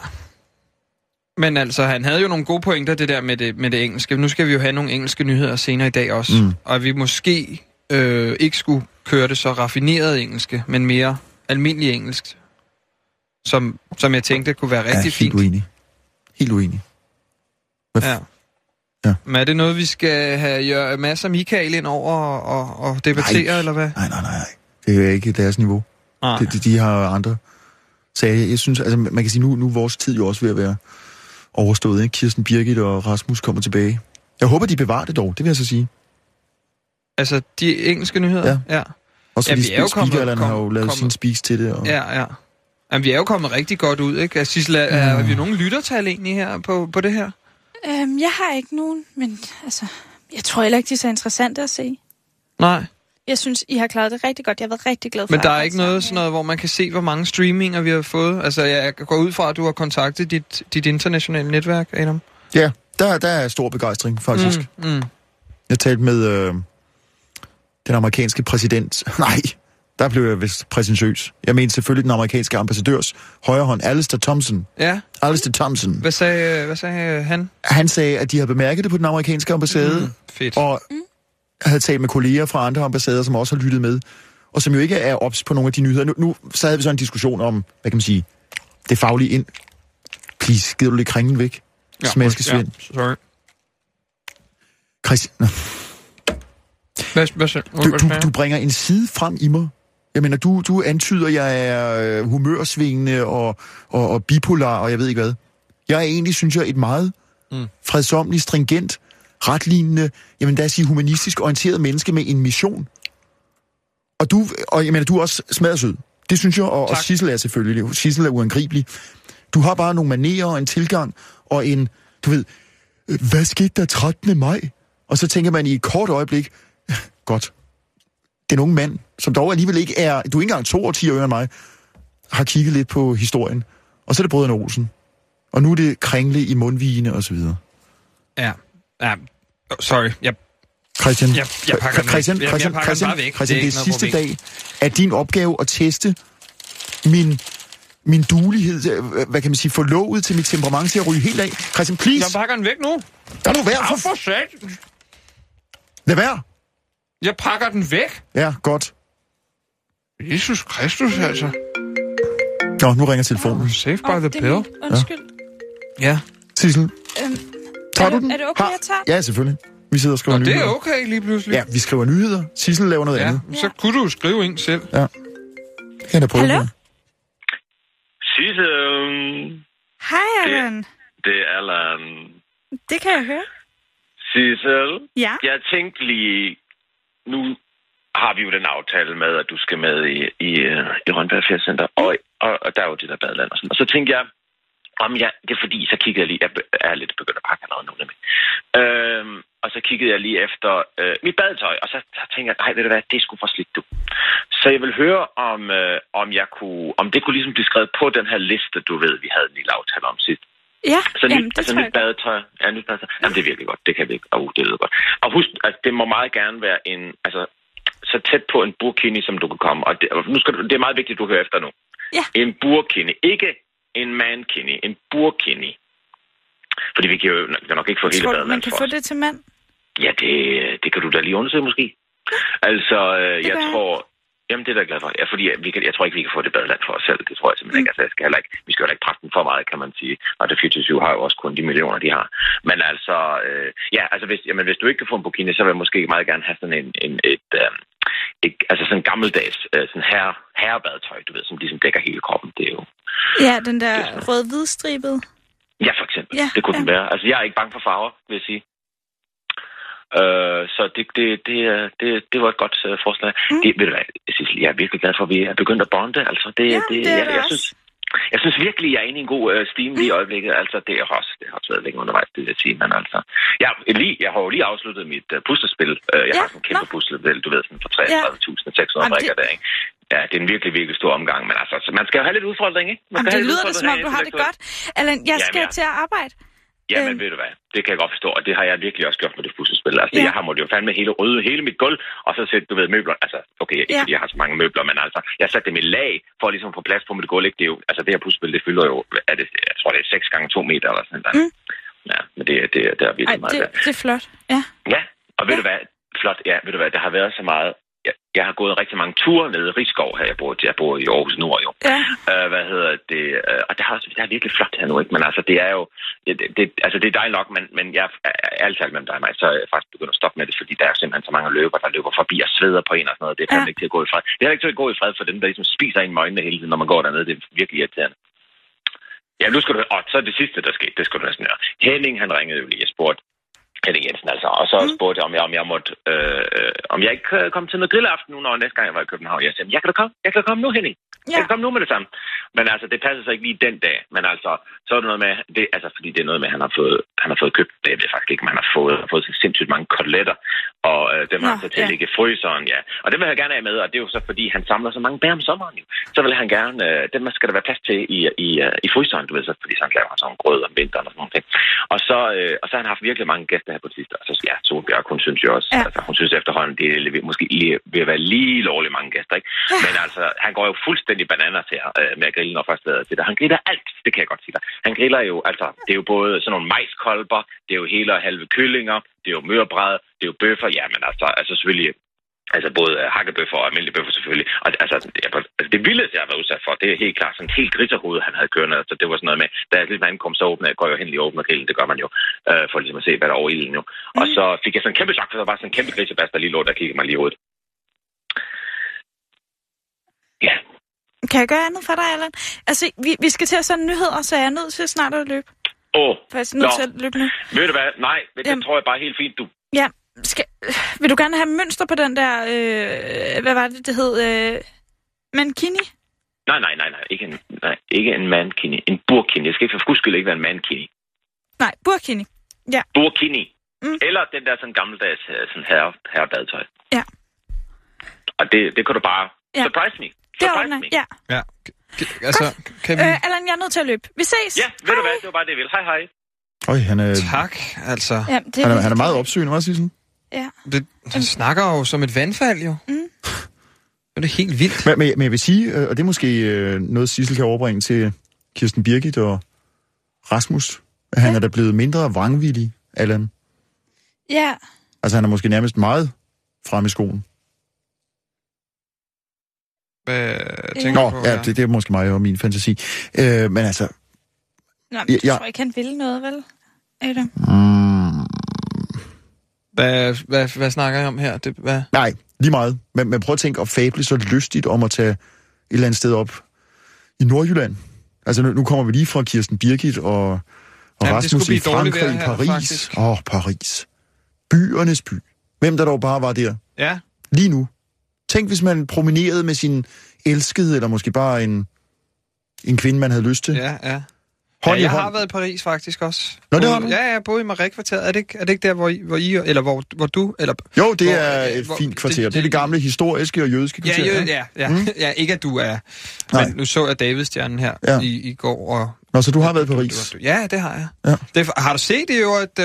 [SPEAKER 4] Men altså, han havde jo nogle gode pointer, det der med det engelske. Nu skal vi jo have nogle engelske nyheder senere i dag også. Og vi måske ikke skulle køre det så raffineret engelske, men mere almindelig engelsk. Som jeg tænkte kunne være rigtig fint.
[SPEAKER 6] Helt uenig.
[SPEAKER 4] Ja. Men er det noget, vi skal have masser af Michael ind over og debattere, eller hvad?
[SPEAKER 6] Nej. Det er ikke deres niveau. De har andre sager. Jeg synes, altså man kan sige, nu er vores tid jo også ved at være overstået, ikke? Kirsten Birgit og Rasmus kommer tilbage. Jeg håber, de bevarer det dog, det vil jeg så sige.
[SPEAKER 4] Altså, de engelske nyheder? Ja.
[SPEAKER 6] Også fordi Speakerland har jo lavet sin speaks til det. Og...
[SPEAKER 4] Ja. Jamen, vi er jo kommet rigtig godt ud, ikke? Sissel, har vi nogen lyttertal egentlig her på det her?
[SPEAKER 5] Jeg har ikke nogen, men altså, jeg tror heller ikke, de er så interessante at se.
[SPEAKER 4] Nej.
[SPEAKER 5] Jeg synes, I har klaret det rigtig godt. Jeg har været rigtig glad for.
[SPEAKER 4] Men der er ikke noget sådan noget, hvor man kan se, hvor mange streaminger vi har fået? Altså, jeg går ud fra, at du har kontaktet dit internationale netværk, Adam.
[SPEAKER 6] Ja, der er stor begejstring, faktisk. Jeg talte med den amerikanske præsident. Nej, der blev jeg vist præsentøs. Jeg mener selvfølgelig den amerikanske ambassadørs højre hånd, Alistair Thompson.
[SPEAKER 4] Ja.
[SPEAKER 6] Alistair Thompson.
[SPEAKER 4] Hvad sagde han?
[SPEAKER 6] Han sagde, at de har bemærket det på den amerikanske ambassade.
[SPEAKER 4] Fedt.
[SPEAKER 6] Og havde talt med kolleger fra andre ambassader, som også har lyttet med, og som jo ikke er ops på nogle af de nyheder. Nu så havde vi så en diskussion om, hvad kan man sige, det faglige ind. Please, gider du lidt kringen væk? Ja, Smaskesvend.
[SPEAKER 4] Ja, sorry.
[SPEAKER 6] Christian,
[SPEAKER 4] Hvad
[SPEAKER 6] du bringer en side frem i mig. Jeg mener, du antyder, at jeg er humørsvingende og bipolar, og jeg ved ikke hvad. Jeg er egentlig, synes jeg, et meget fredsomligt, stringent, retlignende, jamen lad os sige humanistisk orienteret menneske med en mission. Og jeg mener, du er også smadresød. Det synes jeg, og Sissel er selvfølgelig. Sissel er uangribelig. Du har bare nogle manerer og en tilgang, og en, du ved, hvad skete der 13. maj? Og så tænker man i et kort øjeblik, godt, den unge mand, som dog alligevel ikke er, du er ikke engang 2 år 10 år yngre end mig, har kigget lidt på historien. Og så er det Brødrene Olsen. Og nu er det Kringle i mundvigene og så videre.
[SPEAKER 4] Ja. Sorry.
[SPEAKER 6] Christian,
[SPEAKER 4] jeg pakker den
[SPEAKER 6] Christian,
[SPEAKER 4] bare væk.
[SPEAKER 6] Christian, det er sidste dag, at din opgave at teste min duelighed, hvad kan man sige, forlovet til mit temperament til at ryge helt af. Christian, please.
[SPEAKER 4] Jeg pakker den væk nu.
[SPEAKER 6] Lad nu være.
[SPEAKER 4] For sat.
[SPEAKER 6] Lad være.
[SPEAKER 4] Jeg pakker den væk.
[SPEAKER 6] Ja, godt.
[SPEAKER 4] Jesus Kristus, altså.
[SPEAKER 6] Nå, nu ringer telefonen.
[SPEAKER 4] Safe by the pill.
[SPEAKER 5] Undskyld.
[SPEAKER 4] Ja.
[SPEAKER 6] Sissel, tager du den?
[SPEAKER 5] Er det okay, jeg tager?
[SPEAKER 6] Ja, selvfølgelig. Vi sidder og skriver nyheder.
[SPEAKER 4] Det er okay lige pludselig.
[SPEAKER 6] Ja, vi skriver nyheder. Sissel laver noget andet.
[SPEAKER 4] Så kunne du skrive en selv.
[SPEAKER 6] Ja. Kan jeg prøve det?
[SPEAKER 2] Sissel.
[SPEAKER 5] Hej, Allan.
[SPEAKER 2] Det er Allan.
[SPEAKER 5] Det kan jeg høre.
[SPEAKER 2] Sissel?
[SPEAKER 5] Ja?
[SPEAKER 2] Jeg tænkte lige... Nu har vi jo den aftale med, at du skal med i Rønberg Fjerdscenter, og der er jo det der badeland og sådan. Og så tænkte jeg, det er fordi, så kiggede jeg lige... Jeg er lidt begyndt at pakke noget nu med. Og så kiggede jeg lige efter mit badetøj, og så tænkte jeg, nej, ved du hvad, det er sgu for slidt, du. Så jeg vil høre, om det kunne ligesom blive skrevet på den her liste, du ved, vi havde en lille aftale om sidst.
[SPEAKER 5] Ja,
[SPEAKER 2] så
[SPEAKER 5] nyt
[SPEAKER 2] badetøj. Ja, nyt badetøj. Jamen, det er virkelig godt. Det kan vi ikke. Det lyder godt. Og husk, at det må meget gerne være så tæt på en burkini, som du kan komme. Og det er meget vigtigt, at du hører efter nu.
[SPEAKER 5] Ja.
[SPEAKER 2] En burkini. Ikke en mankini. En burkini. Fordi vi kan jo nok ikke få hele badeland for os.
[SPEAKER 5] Man kan få det til mand?
[SPEAKER 2] Ja, det kan du da lige undersøge måske. Altså, jeg tror... Jamen, det er da glad for. Ja, fordi jeg tror ikke, vi kan få det badeland for os selv. Det tror jeg simpelthen ikke. Altså, vi skal heller ikke presse den for meget, kan man sige. Og det 24 har jo også kun de millioner, de har. Men altså, hvis du ikke kan få en burkini, så vil jeg måske meget gerne have sådan sådan en gammeldags sådan herrebadetøj, du ved, som ligesom dækker hele kroppen. Det er jo...
[SPEAKER 5] Ja, den der rød-hvidstribede.
[SPEAKER 2] Ja, for eksempel. Ja, det kunne den være. Altså, jeg er ikke bange for farver, vil jeg sige. Så det var et godt forslag. Ved du hvad, Sissel, jeg er virkelig glad for, at vi er begyndt at bonde. Altså, jeg synes virkelig, jeg er inde i en god stime lige i øjeblikket. Altså, det har også været længe undervejs, det vil jeg sige. Men altså, jeg har jo lige afsluttet mit puslespil. Jeg har sådan en kæmpe puslespil, du ved, sådan for 33.600 brikker der, ikke? Ja, det er en virkelig, virkelig stor omgang. Men altså, man skal jo have lidt udfordring, ikke?
[SPEAKER 5] Det lyder det, som om du har det godt. Allan, jeg skal til at arbejde.
[SPEAKER 2] Ja, men ved du hvad, det kan jeg godt forstå, og det har jeg virkelig også gjort med det puslespil. Altså, jeg har måttet jo fandme hele mit gulv, og så sætte, du ved, møbler. Altså, okay, ikke fordi jeg har så mange møbler, men altså, jeg satte dem i lag, for ligesom at få plads på mit gulv, ikke? Det er jo, altså, det her puslespil, det fylder jo, jeg tror, det er 6 gange 2 meter, eller sådan noget. Ja, men det er virkelig meget værd.
[SPEAKER 5] Det er flot, ja. Ja, og
[SPEAKER 2] ved du hvad, flot, ja, ved du hvad, der har været så meget... Jeg har gået rigtig mange ture nede i Rigskov her. Jeg bor i Aarhus Nord jo. Ja. Og det er virkelig flot her nu, ikke? Men altså, det er jo... Det er dejligt nok, men jeg er ærligt talt mellem dig og mig, så er jeg faktisk begyndt at stoppe med det, fordi der er simpelthen så mange løber, der løber forbi og sveder på en og sådan noget. Det er fandme ikke til at gå i fred. Det er ikke til at gå i fred for dem, der ligesom spiser en med øjnene hele tiden, når man går dernede. Det er virkelig irriterende. Ja, nu skal du... Og så det sidste, der skete, det skal du næsten høre. Henning, han ringede jo lige og spurgte, Henning Jensen altså, og så spurgte jeg, om jeg ikke kunne komme til noget grillaften nu, når næste gang jeg var i København. Jeg sagde, jeg kan komme nu, Henning. Jeg kan komme nu med det samme. Men altså, det passer så ikke lige den dag. Men altså, så er det noget med, fordi det er noget med, at han har fået købt, det er det faktisk ikke, men han har fået sindssygt mange koteletter, og dem har han så til at ligge i fryseren, ja. Og det vil jeg gerne have med, og det er jo så fordi, han samler så mange bær om sommeren jo. Så vil han gerne, dem skal der være plads til i fryseren, du ved, så fordi så han laver sådan nogle grød om vinteren og sådan noget. Og så har han haft virkelig mange gæster her på det sidste. Og så ja, Solbjerg, hun synes jo også, altså hun synes efterhånden, det er måske ved at være lige lovligt mange gæster, ikke? Men altså, han går jo fuldstændig bananer til med at grille, når først til det. Han griller alt, det kan jeg godt sige dig. Han griller jo, altså, det er jo både sådan nogle majskolber, det er jo hele og halve kyllinger, det er jo mørbræd, det er jo bøffer, ja, men altså selvfølgelig, altså både hakkebøffer og almindelige bøffer selvfølgelig. Og altså, det vildeste, jeg har været udsat for, det er helt klart sådan en helt griserhoved, han havde kørende. Så det var sådan noget med, da jeg lidt ankom, så går jeg jo hen lige og åbner grillen, det gør man jo, for ligesom at se, hvad der er over ilden jo. Og så fik jeg sådan en kæmpe chok, for der var sådan en kæmpe grisebas, der lige lå, der kiggede mig lige ud. Ja.
[SPEAKER 5] Kan jeg gøre andet for dig, Allan? Altså, vi skal til at sende nyheder, så jeg er nødt til snart at løbe. Faktisk nødt til at løbe nu.
[SPEAKER 2] Ved du hvad? Nej, det tror jeg bare helt fint, du.
[SPEAKER 5] Ja, vil du gerne have mønster på den der, hvad var det hed? Mankini?
[SPEAKER 2] Nej, ikke en mankini. En burkini. Det skal for guds skyld ikke være en mankini.
[SPEAKER 5] Nej, burkini. Ja.
[SPEAKER 2] Burkini. Eller den der sådan gammeldags sådan herrebadetøj.
[SPEAKER 5] Ja.
[SPEAKER 2] Og det kan du bare surprise me.
[SPEAKER 5] Det ordner, ja.
[SPEAKER 4] Altså, kan vi...
[SPEAKER 5] Allan, jeg er nødt til at løbe. Vi ses.
[SPEAKER 2] Ja, ved du hvad? Det var bare det, jeg ville. Hej.
[SPEAKER 6] Han er...
[SPEAKER 4] Tak, altså.
[SPEAKER 5] Ja,
[SPEAKER 6] han er meget opsøgende, hvad siger sådan?
[SPEAKER 5] Ja.
[SPEAKER 4] Det snakker jo som et vandfald, jo. Det er helt vildt.
[SPEAKER 6] Men jeg vil sige, og det er måske noget, Sissel kan overbringe til Kirsten Birgit og Rasmus, at han er da blevet mindre vrangvillig, Allan.
[SPEAKER 5] Ja.
[SPEAKER 6] Altså, han er måske nærmest meget fremme i skoen.
[SPEAKER 4] Tænker på,
[SPEAKER 6] ja, det er måske mig og min fantasi. Men altså...
[SPEAKER 5] Nå, men jeg tror ikke, han vil noget, vel? Adam?
[SPEAKER 4] Hvad snakker jeg om her?
[SPEAKER 6] Nej, lige meget. Men prøv at tænke at fable så lystigt om at tage et eller andet sted op i Nordjylland. Altså, nu kommer vi lige fra Kirsten Birgit og Og Rasmus i Frankrig, i Paris. Paris. Byernes by. Hvem der dog bare var der.
[SPEAKER 4] Ja.
[SPEAKER 6] Lige nu. Tænk, hvis man promenerede med sin elskede, eller måske bare en kvinde, man havde lyst til.
[SPEAKER 4] Ja. Jeg har været i Paris faktisk også.
[SPEAKER 6] Nå, det har du?
[SPEAKER 4] Ja, jeg boede i Marais-kvarteret. Er det ikke der, hvor I, eller hvor du, eller...
[SPEAKER 6] Jo, det er et fint kvarter. Det er det gamle historiske og jødiske kvarter.
[SPEAKER 4] Ja, ikke at du er... Men nu så jeg Davidstjernen her i går, og...
[SPEAKER 6] Nå, så du har været i Paris?
[SPEAKER 4] Ja, det har jeg. Ja. Har du set i øvrigt,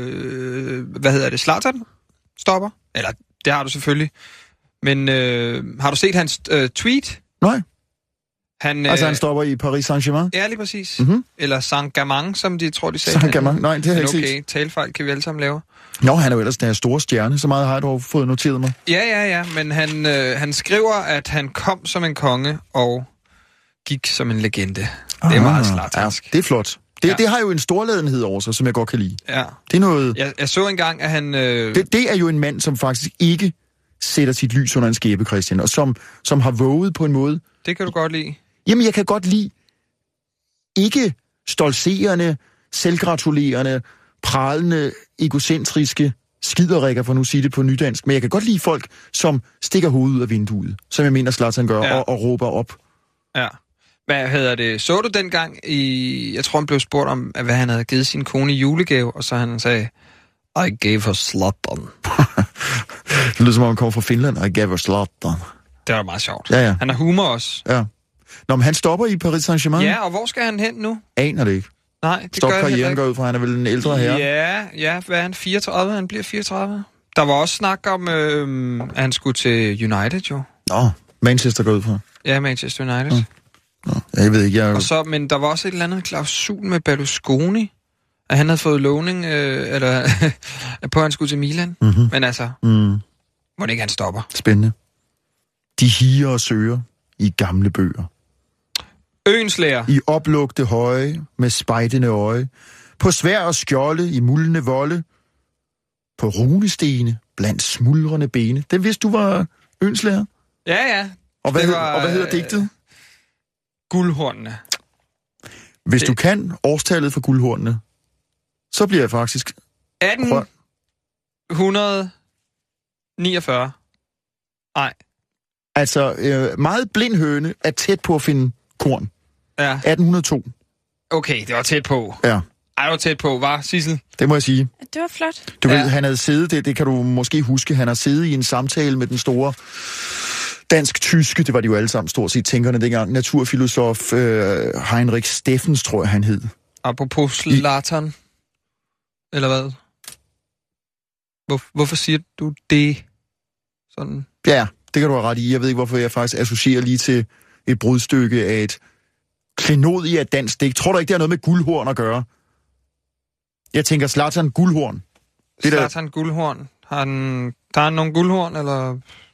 [SPEAKER 4] Zlatan stopper? Eller, det har du selvfølgelig. Men har du set hans tweet?
[SPEAKER 6] Nej.
[SPEAKER 4] Han
[SPEAKER 6] stopper i Paris Saint-Germain?
[SPEAKER 4] Ja, lige præcis. Mm-hmm. Eller Saint-Germain, som de tror, de sagde.
[SPEAKER 6] Saint-Germain? Nej, det har jeg ikke set.
[SPEAKER 4] Okay, talefejl kan vi alle sammen lave.
[SPEAKER 6] Nå, han er jo ellers den her store stjerne, så meget har jeg dog fået noteret mig.
[SPEAKER 4] Ja, men han skriver, at han kom som en konge og gik som en legende. Det er meget slatansk.
[SPEAKER 6] Ja, det er flot. Det har jo en storladenhed over sig, som jeg godt kan lide.
[SPEAKER 4] Ja.
[SPEAKER 6] Det er noget...
[SPEAKER 4] Jeg så engang, at han...
[SPEAKER 6] Det er jo en mand, som faktisk ikke sætter sit lys under en skæbe, Christian, og som har våget på en måde...
[SPEAKER 4] Det kan du godt lide.
[SPEAKER 6] Jamen, jeg kan godt lide ikke stoltserende, selvgratulerende, pralende, egocentriske skiderikker, for nu at sige det på nydansk, men jeg kan godt lide folk, som stikker hovedet ud af vinduet, som jeg mener Zlatan gør, og råber op.
[SPEAKER 4] Ja. Hvad hedder det? Så du dengang jeg tror, han blev spurgt om, hvad han havde givet sin kone i julegave, og så han sagde, I gave her Zlatan.
[SPEAKER 6] Det lyder som om han kommer fra Finland. I gave her Zlatan.
[SPEAKER 4] Det var meget sjovt.
[SPEAKER 6] Ja.
[SPEAKER 4] Han har humor også.
[SPEAKER 6] Ja. Nå, men han stopper i Paris Saint-Germain.
[SPEAKER 4] Ja, og hvor skal han hen nu?
[SPEAKER 6] Aner det ikke.
[SPEAKER 4] Nej, det
[SPEAKER 6] gør karrieren går ud fra, han er vel en ældre herre.
[SPEAKER 4] Ja, hvad er han? 34? Han bliver 34. Der var også snak om, at han skulle til United, jo.
[SPEAKER 6] Nå, Manchester går ud fra.
[SPEAKER 4] Ja, Manchester United.
[SPEAKER 6] Nå, jeg ved ikke,
[SPEAKER 4] men der var også et eller andet klausul med Berlusconi, at han havde fået lovning, på at han skulle til Milan. Mm-hmm. Men altså, må det ikke han stopper.
[SPEAKER 6] Spændende. De higer og søger i gamle bøger.
[SPEAKER 4] Øenslæger.
[SPEAKER 6] I oplugte høje med spejdende øje. På svær og skjolde i muldende volde. På runestene blandt smuldrende bene. Det vidste du var Øenslæger?
[SPEAKER 4] Ja.
[SPEAKER 6] Og hvad hedder digtet?
[SPEAKER 4] Guldhornene.
[SPEAKER 6] Hvis du kan årstallet for guldhornene, så bliver jeg faktisk...
[SPEAKER 4] 1849. Nej.
[SPEAKER 6] Altså, meget blind høne er tæt på at finde korn.
[SPEAKER 4] Ja.
[SPEAKER 6] 1802.
[SPEAKER 4] Okay, det var tæt på.
[SPEAKER 6] Ja.
[SPEAKER 4] Ej, det var tæt på, var Sissel?
[SPEAKER 6] Det må jeg sige.
[SPEAKER 5] Det var flot.
[SPEAKER 6] Du ved, han havde siddet, det kan du måske huske, han har siddet i en samtale med den store dansk-tyske, det var de jo alle sammen stort set tænkerne dengang, naturfilosof Heinrich Steffens, tror jeg han hed.
[SPEAKER 4] Apropos Zlatan, eller hvad? Hvorfor siger du det sådan?
[SPEAKER 6] Ja, det kan du have ret i. Jeg ved ikke, hvorfor jeg faktisk associerer lige til et brudstykke af et klenod i et dansk digt. Tror du ikke, det har noget med guldhorn at gøre? Jeg tænker Zlatan guldhorn.
[SPEAKER 4] Zlatan guldhorn. Har han nogle guldhorn, eller...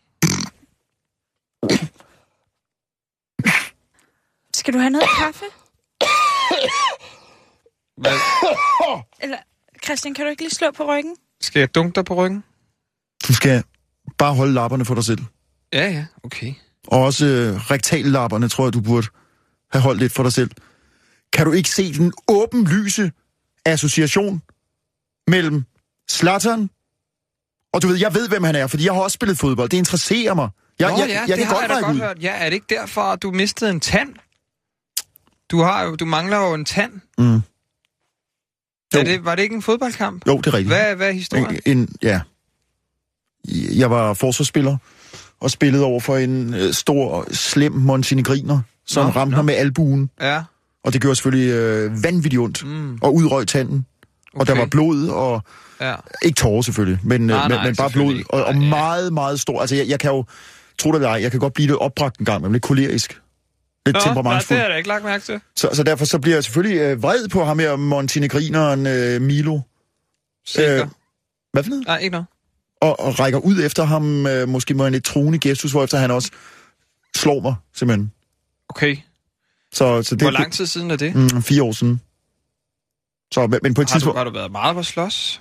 [SPEAKER 5] Skal du have noget kaffe?
[SPEAKER 4] Hvad?
[SPEAKER 5] Eller, Christian, kan du ikke lige slå på ryggen?
[SPEAKER 4] Skal jeg dunke dig på ryggen?
[SPEAKER 6] Du skal bare holde lapperne for dig selv.
[SPEAKER 4] Ja, okay.
[SPEAKER 6] Og også rektallapperne, tror jeg, du burde have holdt lidt for dig selv. Kan du ikke se den åbenlyse association mellem Zlatan, og du ved, jeg ved, hvem han er, fordi jeg har også spillet fodbold. Det interesserer mig. Jeg kan godt række ud.
[SPEAKER 4] Hørt. Ja, er det ikke derfor, at du mistede en tand? Du mangler jo en tand.
[SPEAKER 6] Mm.
[SPEAKER 4] Var det ikke en fodboldkamp?
[SPEAKER 6] Jo, det er rigtigt.
[SPEAKER 4] Hvad er historien?
[SPEAKER 6] Ja. Jeg var forsvarsspiller og spillede over for en stor, slem montenegriner, som ramte mig med albuen.
[SPEAKER 4] Ja.
[SPEAKER 6] Og det gjorde selvfølgelig vanvittigt ondt. Og udrøg tanden. Okay. Og der var blod og... Ja. Ikke tårer selvfølgelig, men bare blod. Og meget, meget stor. Altså, jeg kan jo... Tro det eller ej, jeg kan godt blive det opbragt en gang, men lidt kolerisk. Lidt temperamentsfuld.
[SPEAKER 4] Nej, det har jeg ikke lagt mærke til.
[SPEAKER 6] Så derfor så bliver jeg selvfølgelig vred på ham her, montenegrineren Milo.
[SPEAKER 4] Sikker.
[SPEAKER 6] Hvad for noget?
[SPEAKER 4] Nej, ikke noget.
[SPEAKER 6] Og rækker ud efter ham, måske med en lidt truende gestus, hvorefter han også slår mig, simpelthen.
[SPEAKER 4] Okay.
[SPEAKER 6] Så det,
[SPEAKER 4] hvor lang tid siden er det?
[SPEAKER 6] 4 år siden. Så, men på et tidspunkt...
[SPEAKER 4] Har du været meget på slås?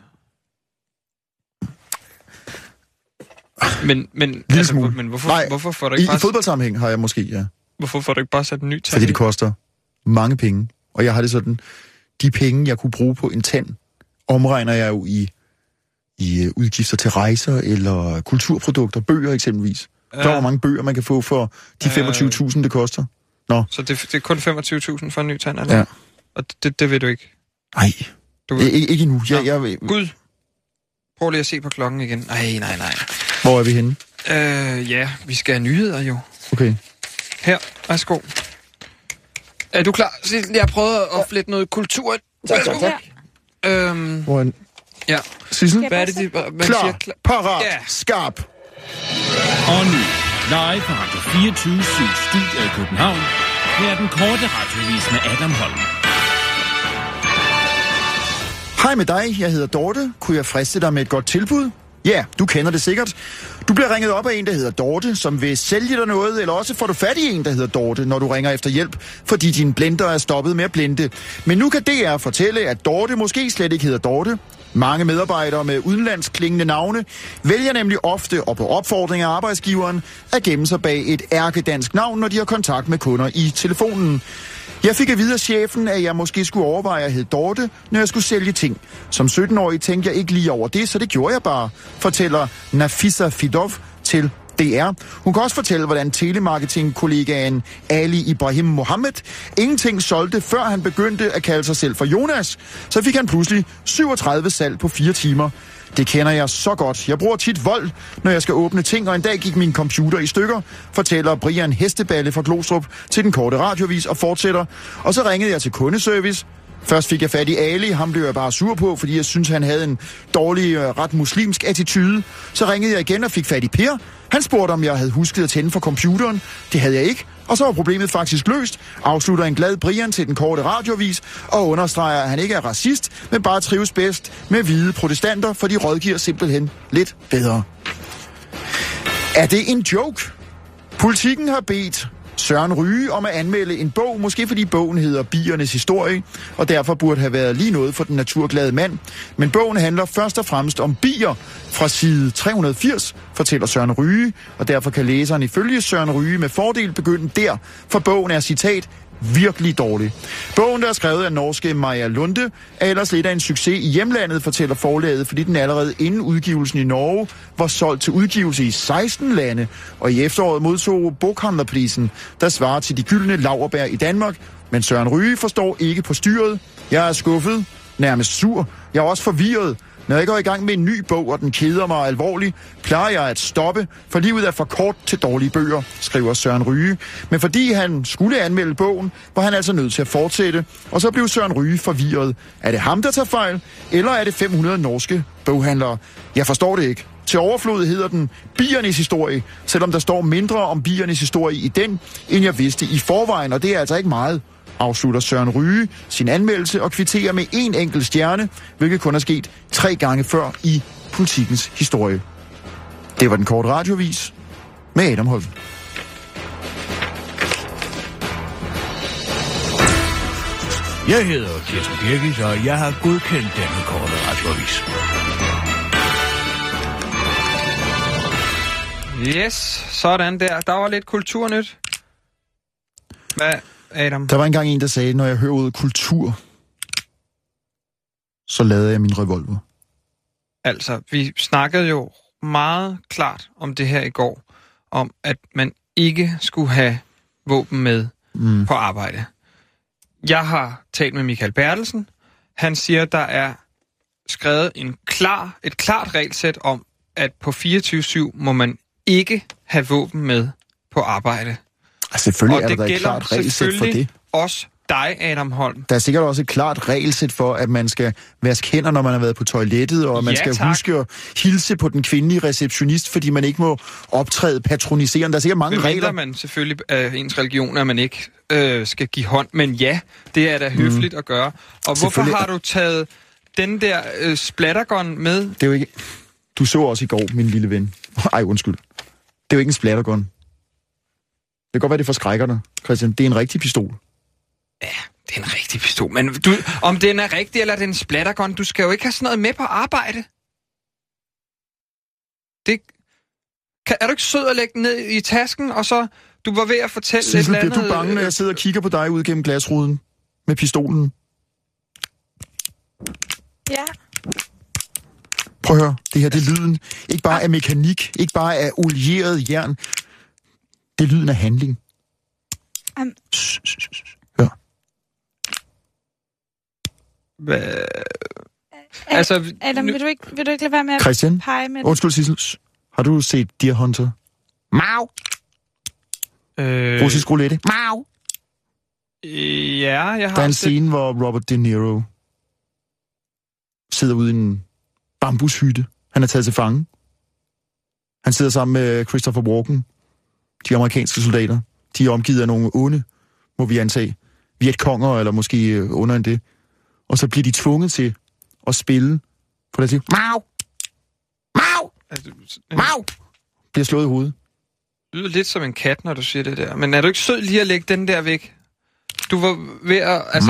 [SPEAKER 4] Men hvorfor får du ikke bare...
[SPEAKER 6] I fodboldsammenhæng har jeg måske, ja.
[SPEAKER 4] Hvorfor får du ikke bare sat en ny tand?
[SPEAKER 6] Fordi det koster mange penge. Og jeg har det sådan, de penge, jeg kunne bruge på en tand, omregner jeg jo i udgifter til rejser eller kulturprodukter, bøger eksempelvis. Der er mange bøger, man kan få for de 25.000, det koster. Nå.
[SPEAKER 4] Så det er kun 25.000 for en ny tand, eller?
[SPEAKER 6] Ja.
[SPEAKER 4] Og det ved du ikke?
[SPEAKER 6] Nej, ikke endnu.
[SPEAKER 4] Gud, prøv lige at se på klokken igen. Nej.
[SPEAKER 6] Hvor er vi henne?
[SPEAKER 4] Ja, vi skal have nyheder jo.
[SPEAKER 6] Okay.
[SPEAKER 4] Her, værsgo. Er du klar? Jeg har prøvet at flette noget kultur.
[SPEAKER 6] Tak. Hvor er
[SPEAKER 4] ja.
[SPEAKER 6] Sissel?
[SPEAKER 4] Hvad er det, man
[SPEAKER 6] klar,
[SPEAKER 4] siger?
[SPEAKER 6] parat, skarp.
[SPEAKER 7] Og nu, live fra Radio 24/7 Studio i København, her er den korte radiovis med Adam Holm.
[SPEAKER 6] Hej med dig, jeg hedder Dorte. Kunne jeg friste dig med et godt tilbud? Ja, du kender det sikkert. Du bliver ringet op af en, der hedder Dorte, som vil sælge dig noget, eller også får du fat i en, der hedder Dorte, når du ringer efter hjælp, fordi din blender er stoppet med at blende. Men nu kan DR fortælle, at Dorte måske slet ikke hedder Dorte. Mange medarbejdere med udenlandsk klingende navne vælger nemlig ofte og på opfordring af arbejdsgiveren at gemme sig bag et ærkedansk navn, når de har kontakt med kunder i telefonen. Jeg fik at vide af chefen, at jeg måske skulle overveje at hedde Dorte, når jeg skulle sælge ting. Som 17-årig tænkte jeg ikke lige over det, så det gjorde jeg bare, fortæller Nafisa Fidov til DR. Hun kan også fortælle, hvordan telemarketing-kollegaen Ali Ibrahim Mohammed ingenting solgte, før han begyndte at kalde sig selv for Jonas. Så fik han pludselig 37 salg på 4 timer. Det kender jeg så godt. Jeg bruger tit vold, når jeg skal åbne ting, og en dag gik min computer i stykker, fortæller Brian Hesteballe fra Glostrup til den korte radiovis og fortsætter. Og så ringede jeg til kundeservice. Først fik jeg fat i Ali, ham blev jeg bare sur på, fordi jeg synes han havde en dårlig, ret muslimsk attitude. Så ringede jeg igen og fik fat i Per. Han spurgte, om jeg havde husket at tænde for computeren. Det havde jeg ikke, og så var problemet faktisk løst, afslutter en glad Brian til den korte radiovis og understreger, at han ikke er racist, men bare trives bedst med hvide protestanter, for de rådgiver simpelthen lidt bedre. Er det en joke? Politikken har bedt Søren Ryge om at anmelde en bog, måske fordi bogen hedder Biernes historie, og derfor burde have været lige noget for den naturglade mand. Men bogen handler først og fremmest om bier fra side 380, fortæller Søren Ryge, og derfor kan læseren ifølge Søren Ryge med fordel begynde der, for bogen er, citat, virkelig dårlig. Bogen, der er skrevet af norske Maja Lunde, er ellers lidt af en succes i hjemlandet, fortæller forlaget, fordi den allerede inden udgivelsen i Norge var solgt til udgivelse i 16 lande, og i efteråret modtog Bokhandlerprisen, der svarer til de gyldne laurbær i Danmark. Men Søren Ryge forstår ikke på styret. Jeg er skuffet, nærmest sur. Jeg er også forvirret. Når jeg går i gang med en ny bog, og den keder mig alvorligt, plejer jeg at stoppe, for livet er for kort til dårlige bøger, skriver Søren Ryge. Men fordi han skulle anmelde bogen, var han altså nødt til at fortsætte, og så blev Søren Ryge forvirret. Er det ham, der tager fejl, eller er det 500 norske boghandlere? Jeg forstår det ikke. Til overflod hedder den Biernes historie, selvom der står mindre om biernes historie i den, end jeg vidste i forvejen, og det er altså ikke meget. Afslutter Søren Ryge sin anmeldelse og kvitterer med en enkelt stjerne, hvilket kun er sket 3 gange før i Politikens historie. Det var den korte radiovis med Adam Holm.
[SPEAKER 8] Jeg hedder Kirsten Birgit, og jeg har godkendt denne korte radiovis.
[SPEAKER 4] Yes, sådan der. Der var lidt kulturnyt. Hvad, Adam?
[SPEAKER 6] Der var engang en, der sagde, når jeg hører ordet kultur, så lader jeg min revolver.
[SPEAKER 4] Altså, vi snakkede jo meget klart om det her i går, om at man ikke skulle have våben med på arbejde. Jeg har talt med Michael Bertelsen. Han siger, at der er skrevet et klart regelsæt om, at på 24/7 må man ikke have våben med på arbejde.
[SPEAKER 6] Selvfølgelig er der et klart regelsæt for det.
[SPEAKER 4] Også dig, Adam Holm.
[SPEAKER 6] Der er sikkert også et klart regelsæt for, at man skal vaske hænder, når man har været på toilettet, og man skal huske at hilse på den kvindelige receptionist, fordi man ikke må optræde patroniserende. Der er sikkert mange regler.
[SPEAKER 4] Man selvfølgelig af ens religion, at man ikke skal give hånd, men ja, det er da høfligt at gøre. Og hvorfor har du taget den der splattergun med?
[SPEAKER 6] Det er jo ikke... Du så også i går, min lille ven. Ej, undskyld. Det er jo ikke en splattergun. Det kan godt være, det forskrækker dig, Christian. Det er en rigtig pistol.
[SPEAKER 4] Ja, det er en rigtig pistol. Men om den er rigtig, eller den splattergun, du skal jo ikke have sådan noget med på arbejde. Er du ikke sød at lægge den ned i tasken, og så du var ved at fortælle
[SPEAKER 6] Sissel, et eller andet... Bliver du bange, når jeg sidder og kigger på dig ud gennem glasruden med pistolen?
[SPEAKER 5] Ja.
[SPEAKER 6] Prøv at høre, det her, det er lyden. Ikke bare af mekanik, ikke bare af olieret jern. Det er lyden af handling. Hør.
[SPEAKER 4] Altså,
[SPEAKER 5] Adam, vil du ikke lade være med at
[SPEAKER 6] Christian,
[SPEAKER 5] pege med
[SPEAKER 6] undskyld Sissel, har du set Deer Hunter? Mau! Russisk roulette. Mau!
[SPEAKER 4] Ja, jeg har
[SPEAKER 6] Der er en scene, hvor Robert De Niro sidder ude i en bambushytte. Han er taget til fange. Han sidder sammen med Christopher Walken, de amerikanske soldater. De er omgivet af nogle onde, må vi antage. Vietkonger, eller måske under end det. Og så bliver de tvunget til at spille på det, Mau! Mau! Mau! Bliver slået i hovedet.
[SPEAKER 4] Det lyder lidt som en kat, når du siger det der. Men er du ikke sød lige at lægge den der væk? Du var ved at... Altså,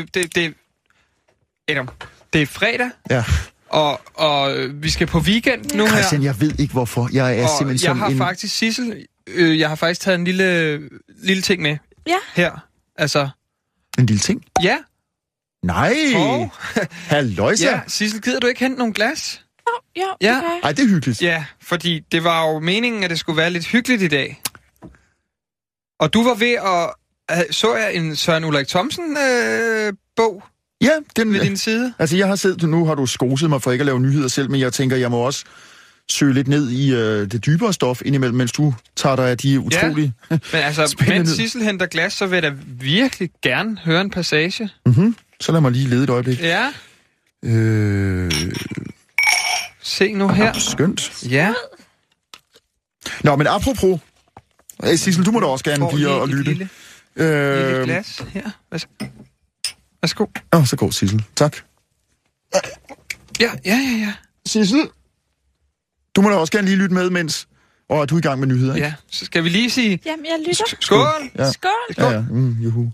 [SPEAKER 4] Adam, det er fredag.
[SPEAKER 6] Ja.
[SPEAKER 4] Og vi skal på weekend nu her.
[SPEAKER 6] Christian, jeg ved ikke hvorfor. Jeg er simpelthen som
[SPEAKER 4] jeg har faktisk, Sissel, jeg har faktisk taget en lille ting med.
[SPEAKER 5] Ja.
[SPEAKER 4] Her. Altså...
[SPEAKER 6] En lille ting?
[SPEAKER 4] Ja.
[SPEAKER 6] Nej. Halløjsa.
[SPEAKER 4] Ja, Sissel, gider du ikke hente nogle glas?
[SPEAKER 5] Ja.
[SPEAKER 6] Ej, det er hyggeligt.
[SPEAKER 4] Ja, fordi det var jo meningen, at det skulle være lidt hyggeligt i dag. Og du var ved at... Så jeg en Søren Ulrik Thomsen bog?
[SPEAKER 6] Ja, den
[SPEAKER 4] ved din side.
[SPEAKER 6] Altså, jeg har siddet... Nu har du skoset mig for ikke at lave nyheder selv, men jeg tænker, jeg må også søge lidt ned i det dybere stof indimellem, mens du tager dig af de utrolige...
[SPEAKER 4] Ja, men altså, mens Sissel henter glas, så vil jeg da virkelig gerne høre en passage.
[SPEAKER 6] Mhm. Så lad mig lige lede et øjeblik.
[SPEAKER 4] Ja. Se nu her.
[SPEAKER 6] Skønt.
[SPEAKER 4] Ja.
[SPEAKER 6] Nå, men apropos... Sissel, du må da også gerne blive og lytte.
[SPEAKER 4] Lille glas her. Værsgo.
[SPEAKER 6] Så går Sissel. Tak.
[SPEAKER 4] Ja.
[SPEAKER 6] Sissel, du må da også gerne lige lytte med, mens... Og du er i gang med nyheder, ikke?
[SPEAKER 4] Ja, så skal vi lige sige...
[SPEAKER 5] Jamen, jeg lytter.
[SPEAKER 4] Skål!
[SPEAKER 6] Ja.
[SPEAKER 5] Skål!
[SPEAKER 6] Ja. Juhu.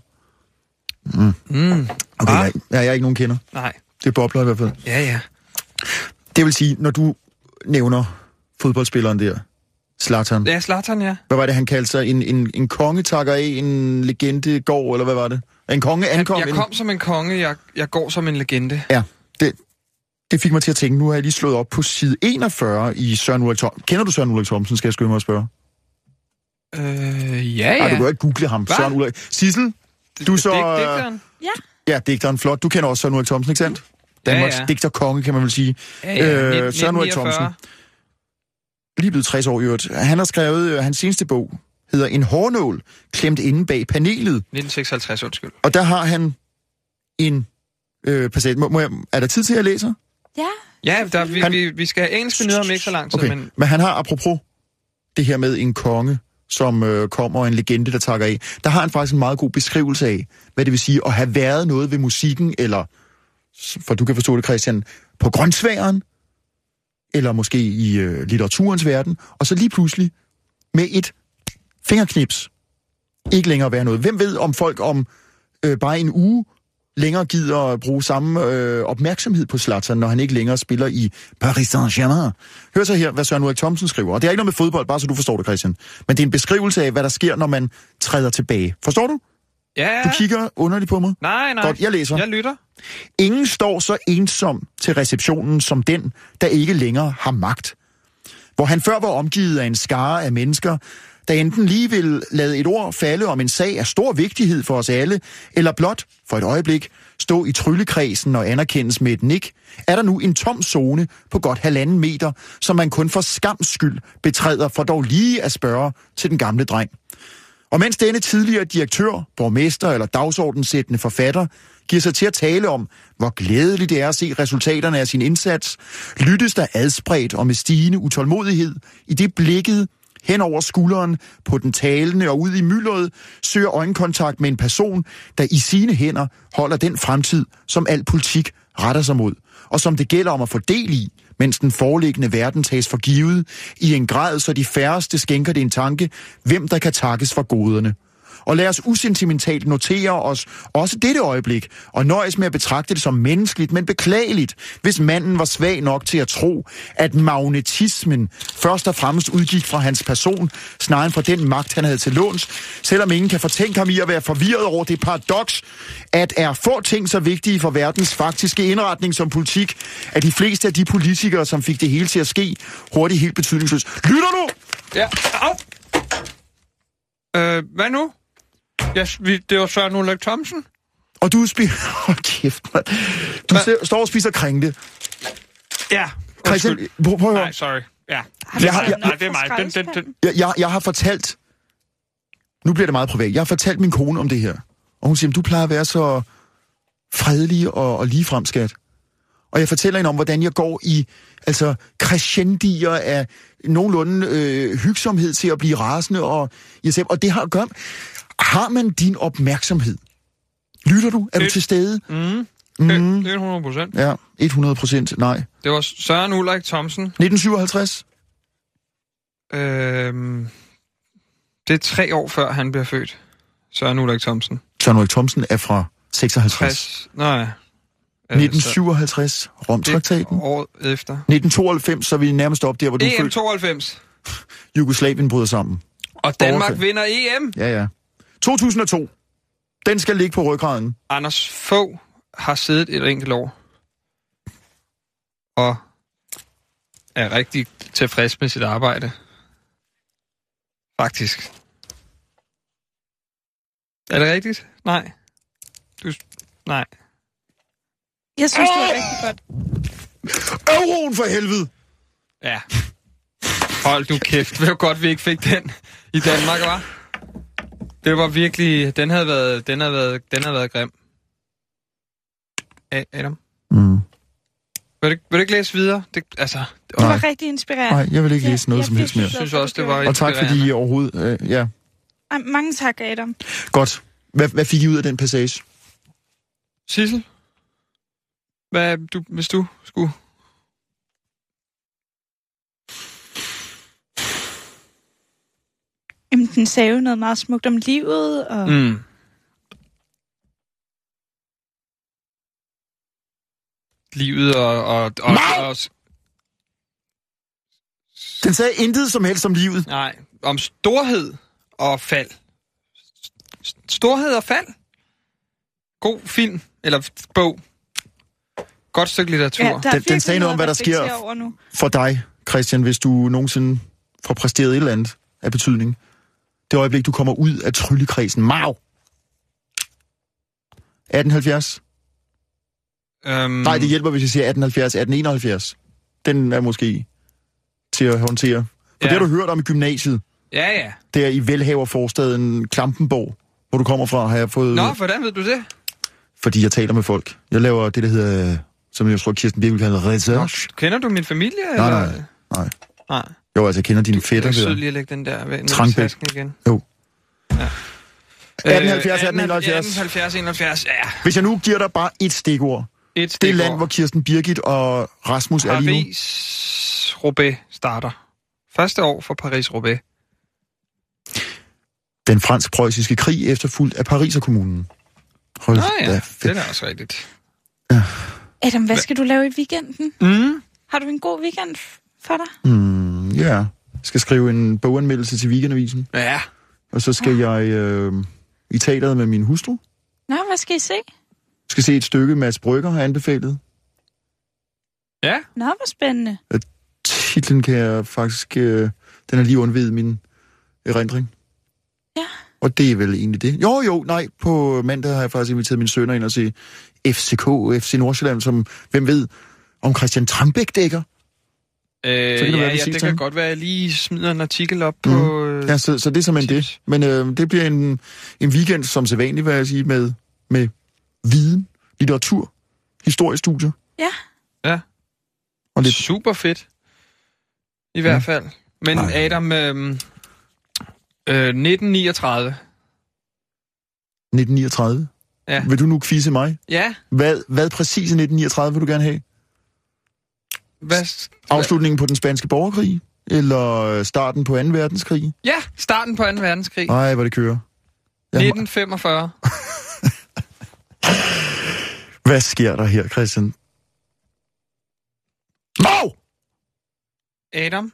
[SPEAKER 6] Okay, jeg er ikke nogen kender.
[SPEAKER 4] Nej.
[SPEAKER 6] Det bobler i hvert fald.
[SPEAKER 4] Ja.
[SPEAKER 6] Det vil sige, når du nævner fodboldspilleren der, Zlatan.
[SPEAKER 4] Ja, Zlatan, ja.
[SPEAKER 6] Hvad var det, han kaldte sig? En konge takker af, en legende går, eller hvad var det? En konge ankom.
[SPEAKER 4] Jeg kom som en konge, jeg går som en legende.
[SPEAKER 6] Ja, det fik mig til at tænke, nu har jeg lige slået op på side 41 i Søren Ulrik Thomsen. Kender du Søren Ulrik Thomsen, skal jeg skynde mig at spørge?
[SPEAKER 4] Ja.
[SPEAKER 6] Du kan jo ikke google ham. Hva? Søren Ulrik. Sissel, du så...
[SPEAKER 5] Ja.
[SPEAKER 6] Ja, digteren, flot. Du kender også Søren Ulrik Thomsen, ikke sandt? Danmarks digterkonge, kan man vel sige.
[SPEAKER 4] Ja.
[SPEAKER 6] Søren Ulrik Thomsen. Lige blevet 60 år i øvrigt. Han har skrevet, hans seneste bog hedder En hårnål, klemt inde bag panelet.
[SPEAKER 4] 1956, undskyld.
[SPEAKER 6] Og der har han en passage. Er der tid til, at jeg læser?
[SPEAKER 5] Ja.
[SPEAKER 4] Vi skal have engelske nyheder om ikke så lang tid.
[SPEAKER 6] Okay. Men han har apropos det her med en konge, som kommer, en legende, der takker af. Der har han faktisk en meget god beskrivelse af, hvad det vil sige at have været noget ved musikken, eller, for du kan forstå det, Christian, på grøntsværen, eller måske i litteraturens verden, og så lige pludselig med et fingerknips ikke længere være noget. Hvem ved, om folk om bare en uge længere gider at bruge samme opmærksomhed på Zlatan, når han ikke længere spiller i Paris Saint-Germain. Hør så her, hvad Søren Ulrik Thomsen skriver. Og det er ikke noget med fodbold, bare så du forstår det, Christian. Men det er en beskrivelse af, hvad der sker, når man træder tilbage. Forstår du?
[SPEAKER 4] Ja.
[SPEAKER 6] Du kigger underligt på mig?
[SPEAKER 4] Nej.
[SPEAKER 6] Godt, jeg læser.
[SPEAKER 4] Jeg lytter.
[SPEAKER 6] Ingen står så ensom til receptionen som den, der ikke længere har magt. Hvor han før var omgivet af en skare af mennesker, der enten lige vil lade et ord falde om en sag af stor vigtighed for os alle, eller blot for et øjeblik stå i tryllekredsen og anerkendes med et nik, er der nu en tom zone på godt 1,5 meter, som man kun for skams skyld betræder for dog lige at spørge til den gamle dreng. Og mens denne tidligere direktør, borgmester eller dagsordensættende forfatter giver sig til at tale om, hvor glædeligt det er at se resultaterne af sin indsats, lyttes der adspredt og med stigende utålmodighed i det blikket hen over skulderen på den talende og ud i myldret søger øjenkontakt med en person, der i sine hænder holder den fremtid, som al politik retter sig mod, og som det gælder om at få del i, mens den foreliggende verden tages for givet, i en grad, så de færreste skænker det en tanke, hvem der kan takkes for goderne. Og lad os usentimentalt notere os også dette øjeblik, og nøjes med at betragte det som menneskeligt, men beklageligt, hvis manden var svag nok til at tro, at magnetismen først og fremmest udgik fra hans person, snarere end fra den magt, han havde til låns, selvom ingen kan fortænke ham i at være forvirret over det paradoks, at er få ting så vigtige for verdens faktiske indretning som politik, at de fleste af de politikere, som fik det hele til at ske, hurtigt helt betydningsløst. Lytter du?
[SPEAKER 4] Ja. Au! Hvad nu? Det var Søren Ulrik Thomsen.
[SPEAKER 6] Og du spiser... kæft, man. Du står og spiser kringle.
[SPEAKER 4] Ja.
[SPEAKER 6] Christian, prøv at høre.
[SPEAKER 4] Nej, sorry. Ja. Nej, det er mig.
[SPEAKER 6] Jeg har fortalt... Nu bliver det meget privat. Jeg har fortalt min kone om det her. Og hun siger, du plejer at være så fredelig og ligefrem, skat. Og jeg fortæller hende om, hvordan jeg går i crescendier af nogenlunde hygsomhed til at blive rasende. Og det har at gøre... Har man din opmærksomhed? Lytter du? Er du til stede?
[SPEAKER 4] Det er 100%.
[SPEAKER 6] Ja, 100% nej.
[SPEAKER 4] Det var Søren Ulrik Thomsen.
[SPEAKER 6] 1957?
[SPEAKER 4] Det er 3 år før han bliver født. Søren Ulrik Thomsen.
[SPEAKER 6] Søren Ulrik Thomsen er fra 56.
[SPEAKER 4] Nej.
[SPEAKER 6] 1957, Romtraktaten.
[SPEAKER 4] Året efter.
[SPEAKER 6] 1992, så er vi nærmest op der, hvor du er født.
[SPEAKER 4] 92.
[SPEAKER 6] Jugoslavien bryder sammen.
[SPEAKER 4] Og Danmark vinder EM.
[SPEAKER 6] Ja. 2002. Den skal ligge på ryggraden.
[SPEAKER 4] Anders Fogh har siddet et enkelt år. Og er rigtig tilfreds med sit arbejde. Faktisk. Er det rigtigt? Nej. Nej.
[SPEAKER 5] Jeg synes, det er rigtig godt.
[SPEAKER 6] Euroen for helvede!
[SPEAKER 4] Ja. Hold du kæft. Det var godt, vi ikke fik den i Danmark, hva'? Det var virkelig... Den havde været grim. Adam? Vil du ikke læse videre? Det
[SPEAKER 5] var rigtig inspirerende.
[SPEAKER 6] Nej, jeg vil ikke læse noget som helst mere.
[SPEAKER 4] Jeg synes også, det var
[SPEAKER 6] og tak fordi I overhovedet... ja.
[SPEAKER 5] Mange tak, Adam.
[SPEAKER 6] Godt. Hvad fik I ud af den passage?
[SPEAKER 4] Sissel? Hvis du skulle...
[SPEAKER 5] Jamen, den sagde jo noget meget smukt om livet, og...
[SPEAKER 4] Livet og...
[SPEAKER 6] Den sagde intet som helst om livet.
[SPEAKER 4] Nej, om storhed og fald. Storhed og fald? God film, eller bog. Godt stykke litteratur.
[SPEAKER 5] Ja,
[SPEAKER 6] den sagde noget om, hvad der sker for dig, Christian, hvis du nogensinde får præsteret et eller andet af betydning. Det øjeblik, du kommer ud af tryllekredsen. Mau! 1870? Nej, det hjælper, hvis jeg siger 1870. 1871. Den er måske til at håndtere. For det har du hørt om i gymnasiet.
[SPEAKER 4] Ja.
[SPEAKER 6] Der i velhaverforstaden Klampenborg, hvor du kommer fra, har jeg fået...
[SPEAKER 4] Nå, hvordan ved du det?
[SPEAKER 6] Fordi jeg taler med folk. Jeg laver det, der hedder, som jeg tror, Kirsten Birgit kalder research.
[SPEAKER 4] Kender du min familie?
[SPEAKER 6] Nej. Jo, altså, jeg kender dine fætter.
[SPEAKER 4] Det er sødt lige at lægge den der ned i tasken igen.
[SPEAKER 6] Jo.
[SPEAKER 4] Ja.
[SPEAKER 6] 1870,
[SPEAKER 4] 71, ja.
[SPEAKER 6] Hvis jeg nu giver dig bare et stikord. Det land, hvor Kirsten Birgit og Rasmus er lige nu.
[SPEAKER 4] Paris-Roubaix starter. Første år for Paris-Roubaix.
[SPEAKER 6] Den fransk-preussiske krig efterfulgt af Pariserkommunen.
[SPEAKER 4] Nå ja, det er også rigtigt.
[SPEAKER 5] Ja. Adam, hvad skal du lave i weekenden? Har du en god weekend for dig?
[SPEAKER 6] Ja. Jeg skal skrive en boganmeldelse til Weekendavisen.
[SPEAKER 4] Ja.
[SPEAKER 6] Og så skal jeg i teateret med min hustru.
[SPEAKER 5] Nå, hvad skal I se?
[SPEAKER 6] Jeg skal se et stykke, Mads Brygger har anbefalet.
[SPEAKER 4] Ja.
[SPEAKER 5] Nå, hvor spændende.
[SPEAKER 6] Titlen kan jeg faktisk... den er lige undvidet min erindring.
[SPEAKER 5] Ja.
[SPEAKER 6] Og det er vel egentlig det. Nej. På mandag har jeg faktisk inviteret mine sønner ind og se FC Nordsjælland, som, hvem ved, om Christian Trangbæk dækker.
[SPEAKER 4] Det kan godt være, at jeg lige smider en artikel op på...
[SPEAKER 6] Ja, så det er simpelthen det. Men det bliver en weekend, som sædvanligt, vil jeg sige, med viden, litteratur, historiestudier.
[SPEAKER 5] Ja.
[SPEAKER 4] Og det er super fedt. I hvert fald. Men Adam, 1939.
[SPEAKER 6] 1939?
[SPEAKER 4] Ja.
[SPEAKER 6] Vil du nu quizze mig?
[SPEAKER 4] Ja.
[SPEAKER 6] Hvad præcis i 1939 vil du gerne have? Afslutningen på den spanske borgerkrig? Eller starten på 2. verdenskrig?
[SPEAKER 4] Ja, starten på 2. verdenskrig.
[SPEAKER 6] Nej, hvor det kører.
[SPEAKER 4] 1945.
[SPEAKER 6] Hvad sker der her, Christian? No!
[SPEAKER 4] Adam?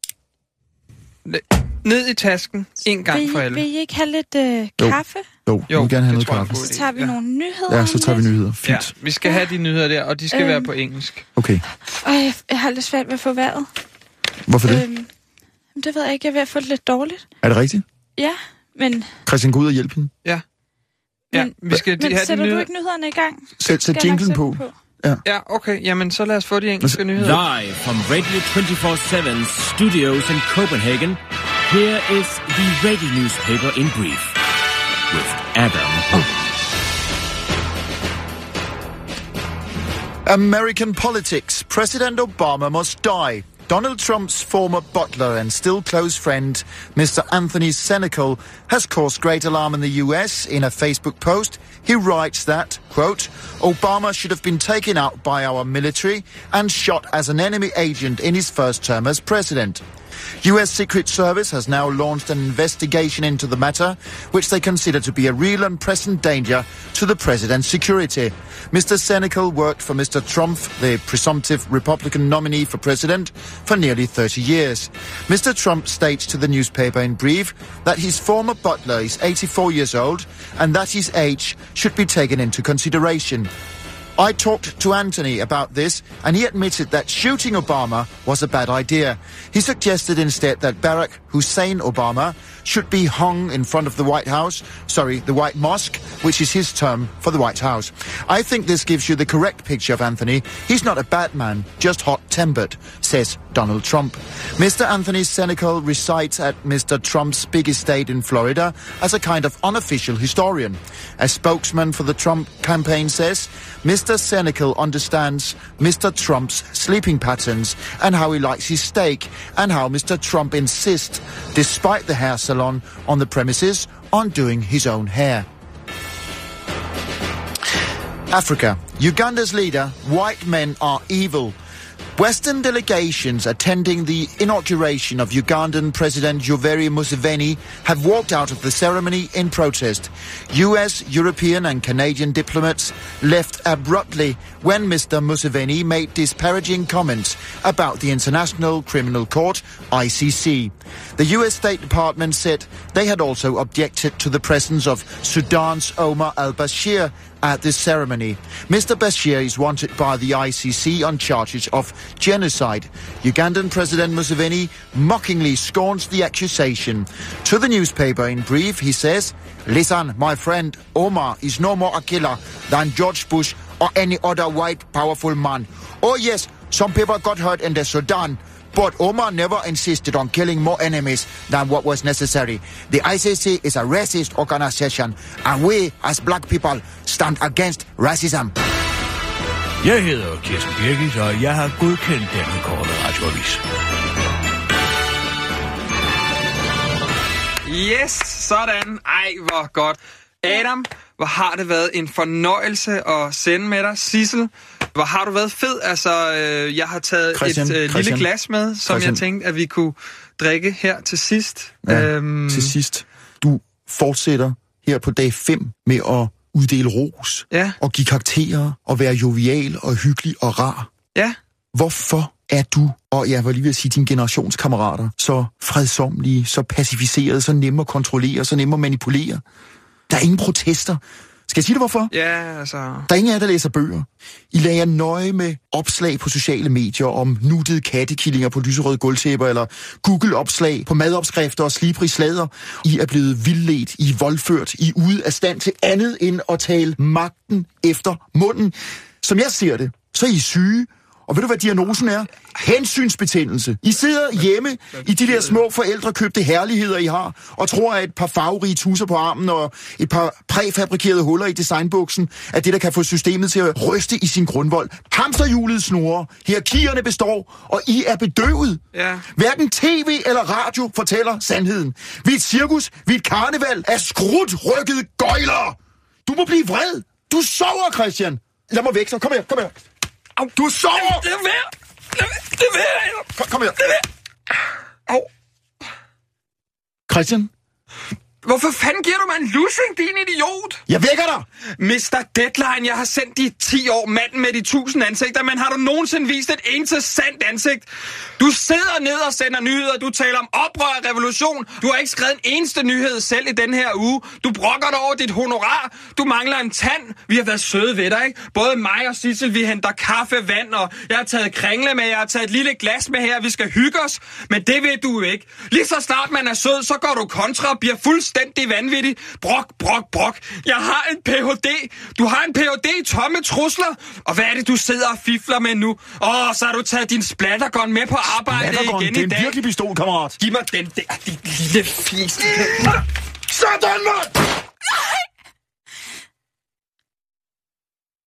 [SPEAKER 4] Ned i tasken, en gang for alle.
[SPEAKER 5] Vil I ikke have lidt kaffe?
[SPEAKER 6] Jo, jeg vil gerne have noget kaffe.
[SPEAKER 5] Så tager vi nogle nyheder.
[SPEAKER 6] Ja, så tager vi nyheder. Fint.
[SPEAKER 4] Ja, vi skal have de nyheder der, og de skal være på engelsk.
[SPEAKER 6] Okay.
[SPEAKER 5] Jeg har lidt svært ved at få vejret.
[SPEAKER 6] Hvorfor det?
[SPEAKER 5] Det ved jeg ikke. Jeg er ved at få det lidt dårligt.
[SPEAKER 6] Er det rigtigt?
[SPEAKER 5] Ja, men...
[SPEAKER 6] Christian, gå ud og hjælp hende.
[SPEAKER 4] Ja. Ja, vi skal
[SPEAKER 5] men sætter du ikke nyhederne i gang?
[SPEAKER 6] Sæt jinglen på.
[SPEAKER 4] Ja, okay. Jamen, så lad os få de engelske nyheder.
[SPEAKER 7] Live from Radio 24/7's studios in Copenhagen, here is the radio newspaper in brief with Adam Hope.
[SPEAKER 6] American politics. President Obama must die. Donald Trump's former butler and still close friend, Mr. Anthony Senecal, has caused great alarm in the US. In a Facebook post, he writes that, quote, Obama should have been taken out by our military and shot as an enemy agent in his first term as president. US Secret Service has now launched an investigation into the matter, which they consider to be a real and present danger to the president's security. Mr. Senecal worked for Mr. Trump, the presumptive Republican nominee for president, for nearly 30 years. Mr. Trump states to the newspaper in brief that his former butler is 84 years old and that his age should be taken into consideration. I talked to Anthony about this, and he admitted that shooting Obama was a bad idea. He suggested instead that Barack Hussein Obama should be hung in front of the the White Mosque, which is his term for the White House. I think this gives you the correct picture of Anthony. He's not a bad man, just hot-tempered, says Donald Trump. Mr. Anthony Senecal resides at Mr. Trump's big estate in Florida as a kind of unofficial historian. A spokesman for the Trump campaign says Mr. Senecal understands Mr. Trump's sleeping patterns and how he likes his steak and how Mr. Trump insists, despite the hair salon on the premises, on doing his own hair. Africa. Uganda's leader, white men are evil. Western delegations attending the inauguration of Ugandan President Yoweri Museveni have walked out of the ceremony in protest. US, European and Canadian diplomats left abruptly when Mr. Museveni made disparaging comments about the International Criminal Court, ICC. The US State Department said they had also objected to the presence of Sudan's Omar al-Bashir at this ceremony. Mr. Bashir is wanted by the ICC on charges of genocide. Ugandan President Museveni mockingly scorns the accusation. To the newspaper in brief, he says, "Listen, my friend, Omar is no more a killer than George Bush or any other white powerful man. Oh yes, some people got hurt in the Sudan, but Omar never insisted on killing more enemies than what was necessary. The ICC is a racist organization, and we as black people stand against racism."
[SPEAKER 8] Jeg hedder Kirsten Birgit, og jeg har godkendt denne korte radioavis.
[SPEAKER 4] Yes, sådan. Ej, hvor godt. Adam, hvor har det været en fornøjelse at sende med dig. Sissel, hvor har du været fed. Altså, jeg har taget et lille glas med, som jeg tænkte, at vi kunne drikke her til sidst.
[SPEAKER 6] Ja, til sidst. Du fortsætter her på dag 5 med at uddele ros, og give karakterer, og være jovial og hyggelig og rar.
[SPEAKER 4] Ja.
[SPEAKER 6] Hvorfor er du, og jeg var lige ved at sige dine generationskammerater, så fredsomlige, så pacificerede, så nemme at kontrollere, så nemme at manipulere? Der er ingen protester. Skal jeg sige det, hvorfor?
[SPEAKER 4] Ja, altså...
[SPEAKER 6] Der er ingen af jer, der læser bøger. I lader jer nøje med opslag på sociale medier om nuttede kattekillinger på lyserøde gulvtæpper, eller Google-opslag på madopskrifter og slibrig slader. I er blevet vildledt, I er voldført, I er ude af stand til andet end at tale magten efter munden. Som jeg ser det, så er I syge. Og ved du, hvad diagnosen er? Hensynsbetændelse. I sidder hjemme i de der små forældrekøbte herligheder, I har, og tror, at et par farverige tusser på armen og et par præfabrikerede huller i designbuksen er det, der kan få systemet til at ryste i sin grundvold. Hamsterhjulet snurrer, hierarkierne består, og I er bedøvet.
[SPEAKER 4] Ja.
[SPEAKER 6] Hverken tv eller radio fortæller sandheden. Vi er et cirkus, vi er et karneval af skrutrykket gøjler. Du må blive vred. Du sover, Christian. Lad mig væk, så. Kom her. Au, du sover!
[SPEAKER 4] Det er værd!
[SPEAKER 6] Kom her.
[SPEAKER 4] Au.
[SPEAKER 6] Christian,
[SPEAKER 4] Hvorfor fanden giver du mig en lussing, din idiot?
[SPEAKER 6] Jeg vækker dig!
[SPEAKER 4] Mr. Deadline, jeg har sendt de 10 år manden med de 1000 ansigter, men har du nogensinde vist et eneste sandt ansigt? Du sidder ned og sender nyheder, du taler om oprør og revolution. Du har ikke skrevet en eneste nyhed selv i den her uge. Du brokker dig over dit honorar. Du mangler en tand. Vi har været søde ved dig, ikke? Både mig og Sissel, vi henter kaffe, vand, og jeg har taget kringle med, jeg har taget et lille glas med her, vi skal hygge os. Men det ved du ikke. Lige så snart man er sød, så går du kontra og bliver fuldstændig vanvittig. Brok. Jeg har en Ph.D. Du har en Ph.D. i tomme trusler. Og hvad er det, du sidder og fifler med nu? Så har du taget din splattergun med på arbejde igen i dag.
[SPEAKER 6] Det er en virkelig pistol, kammerat.
[SPEAKER 4] Giv mig den der, din lille fis.
[SPEAKER 6] Sådan, mand!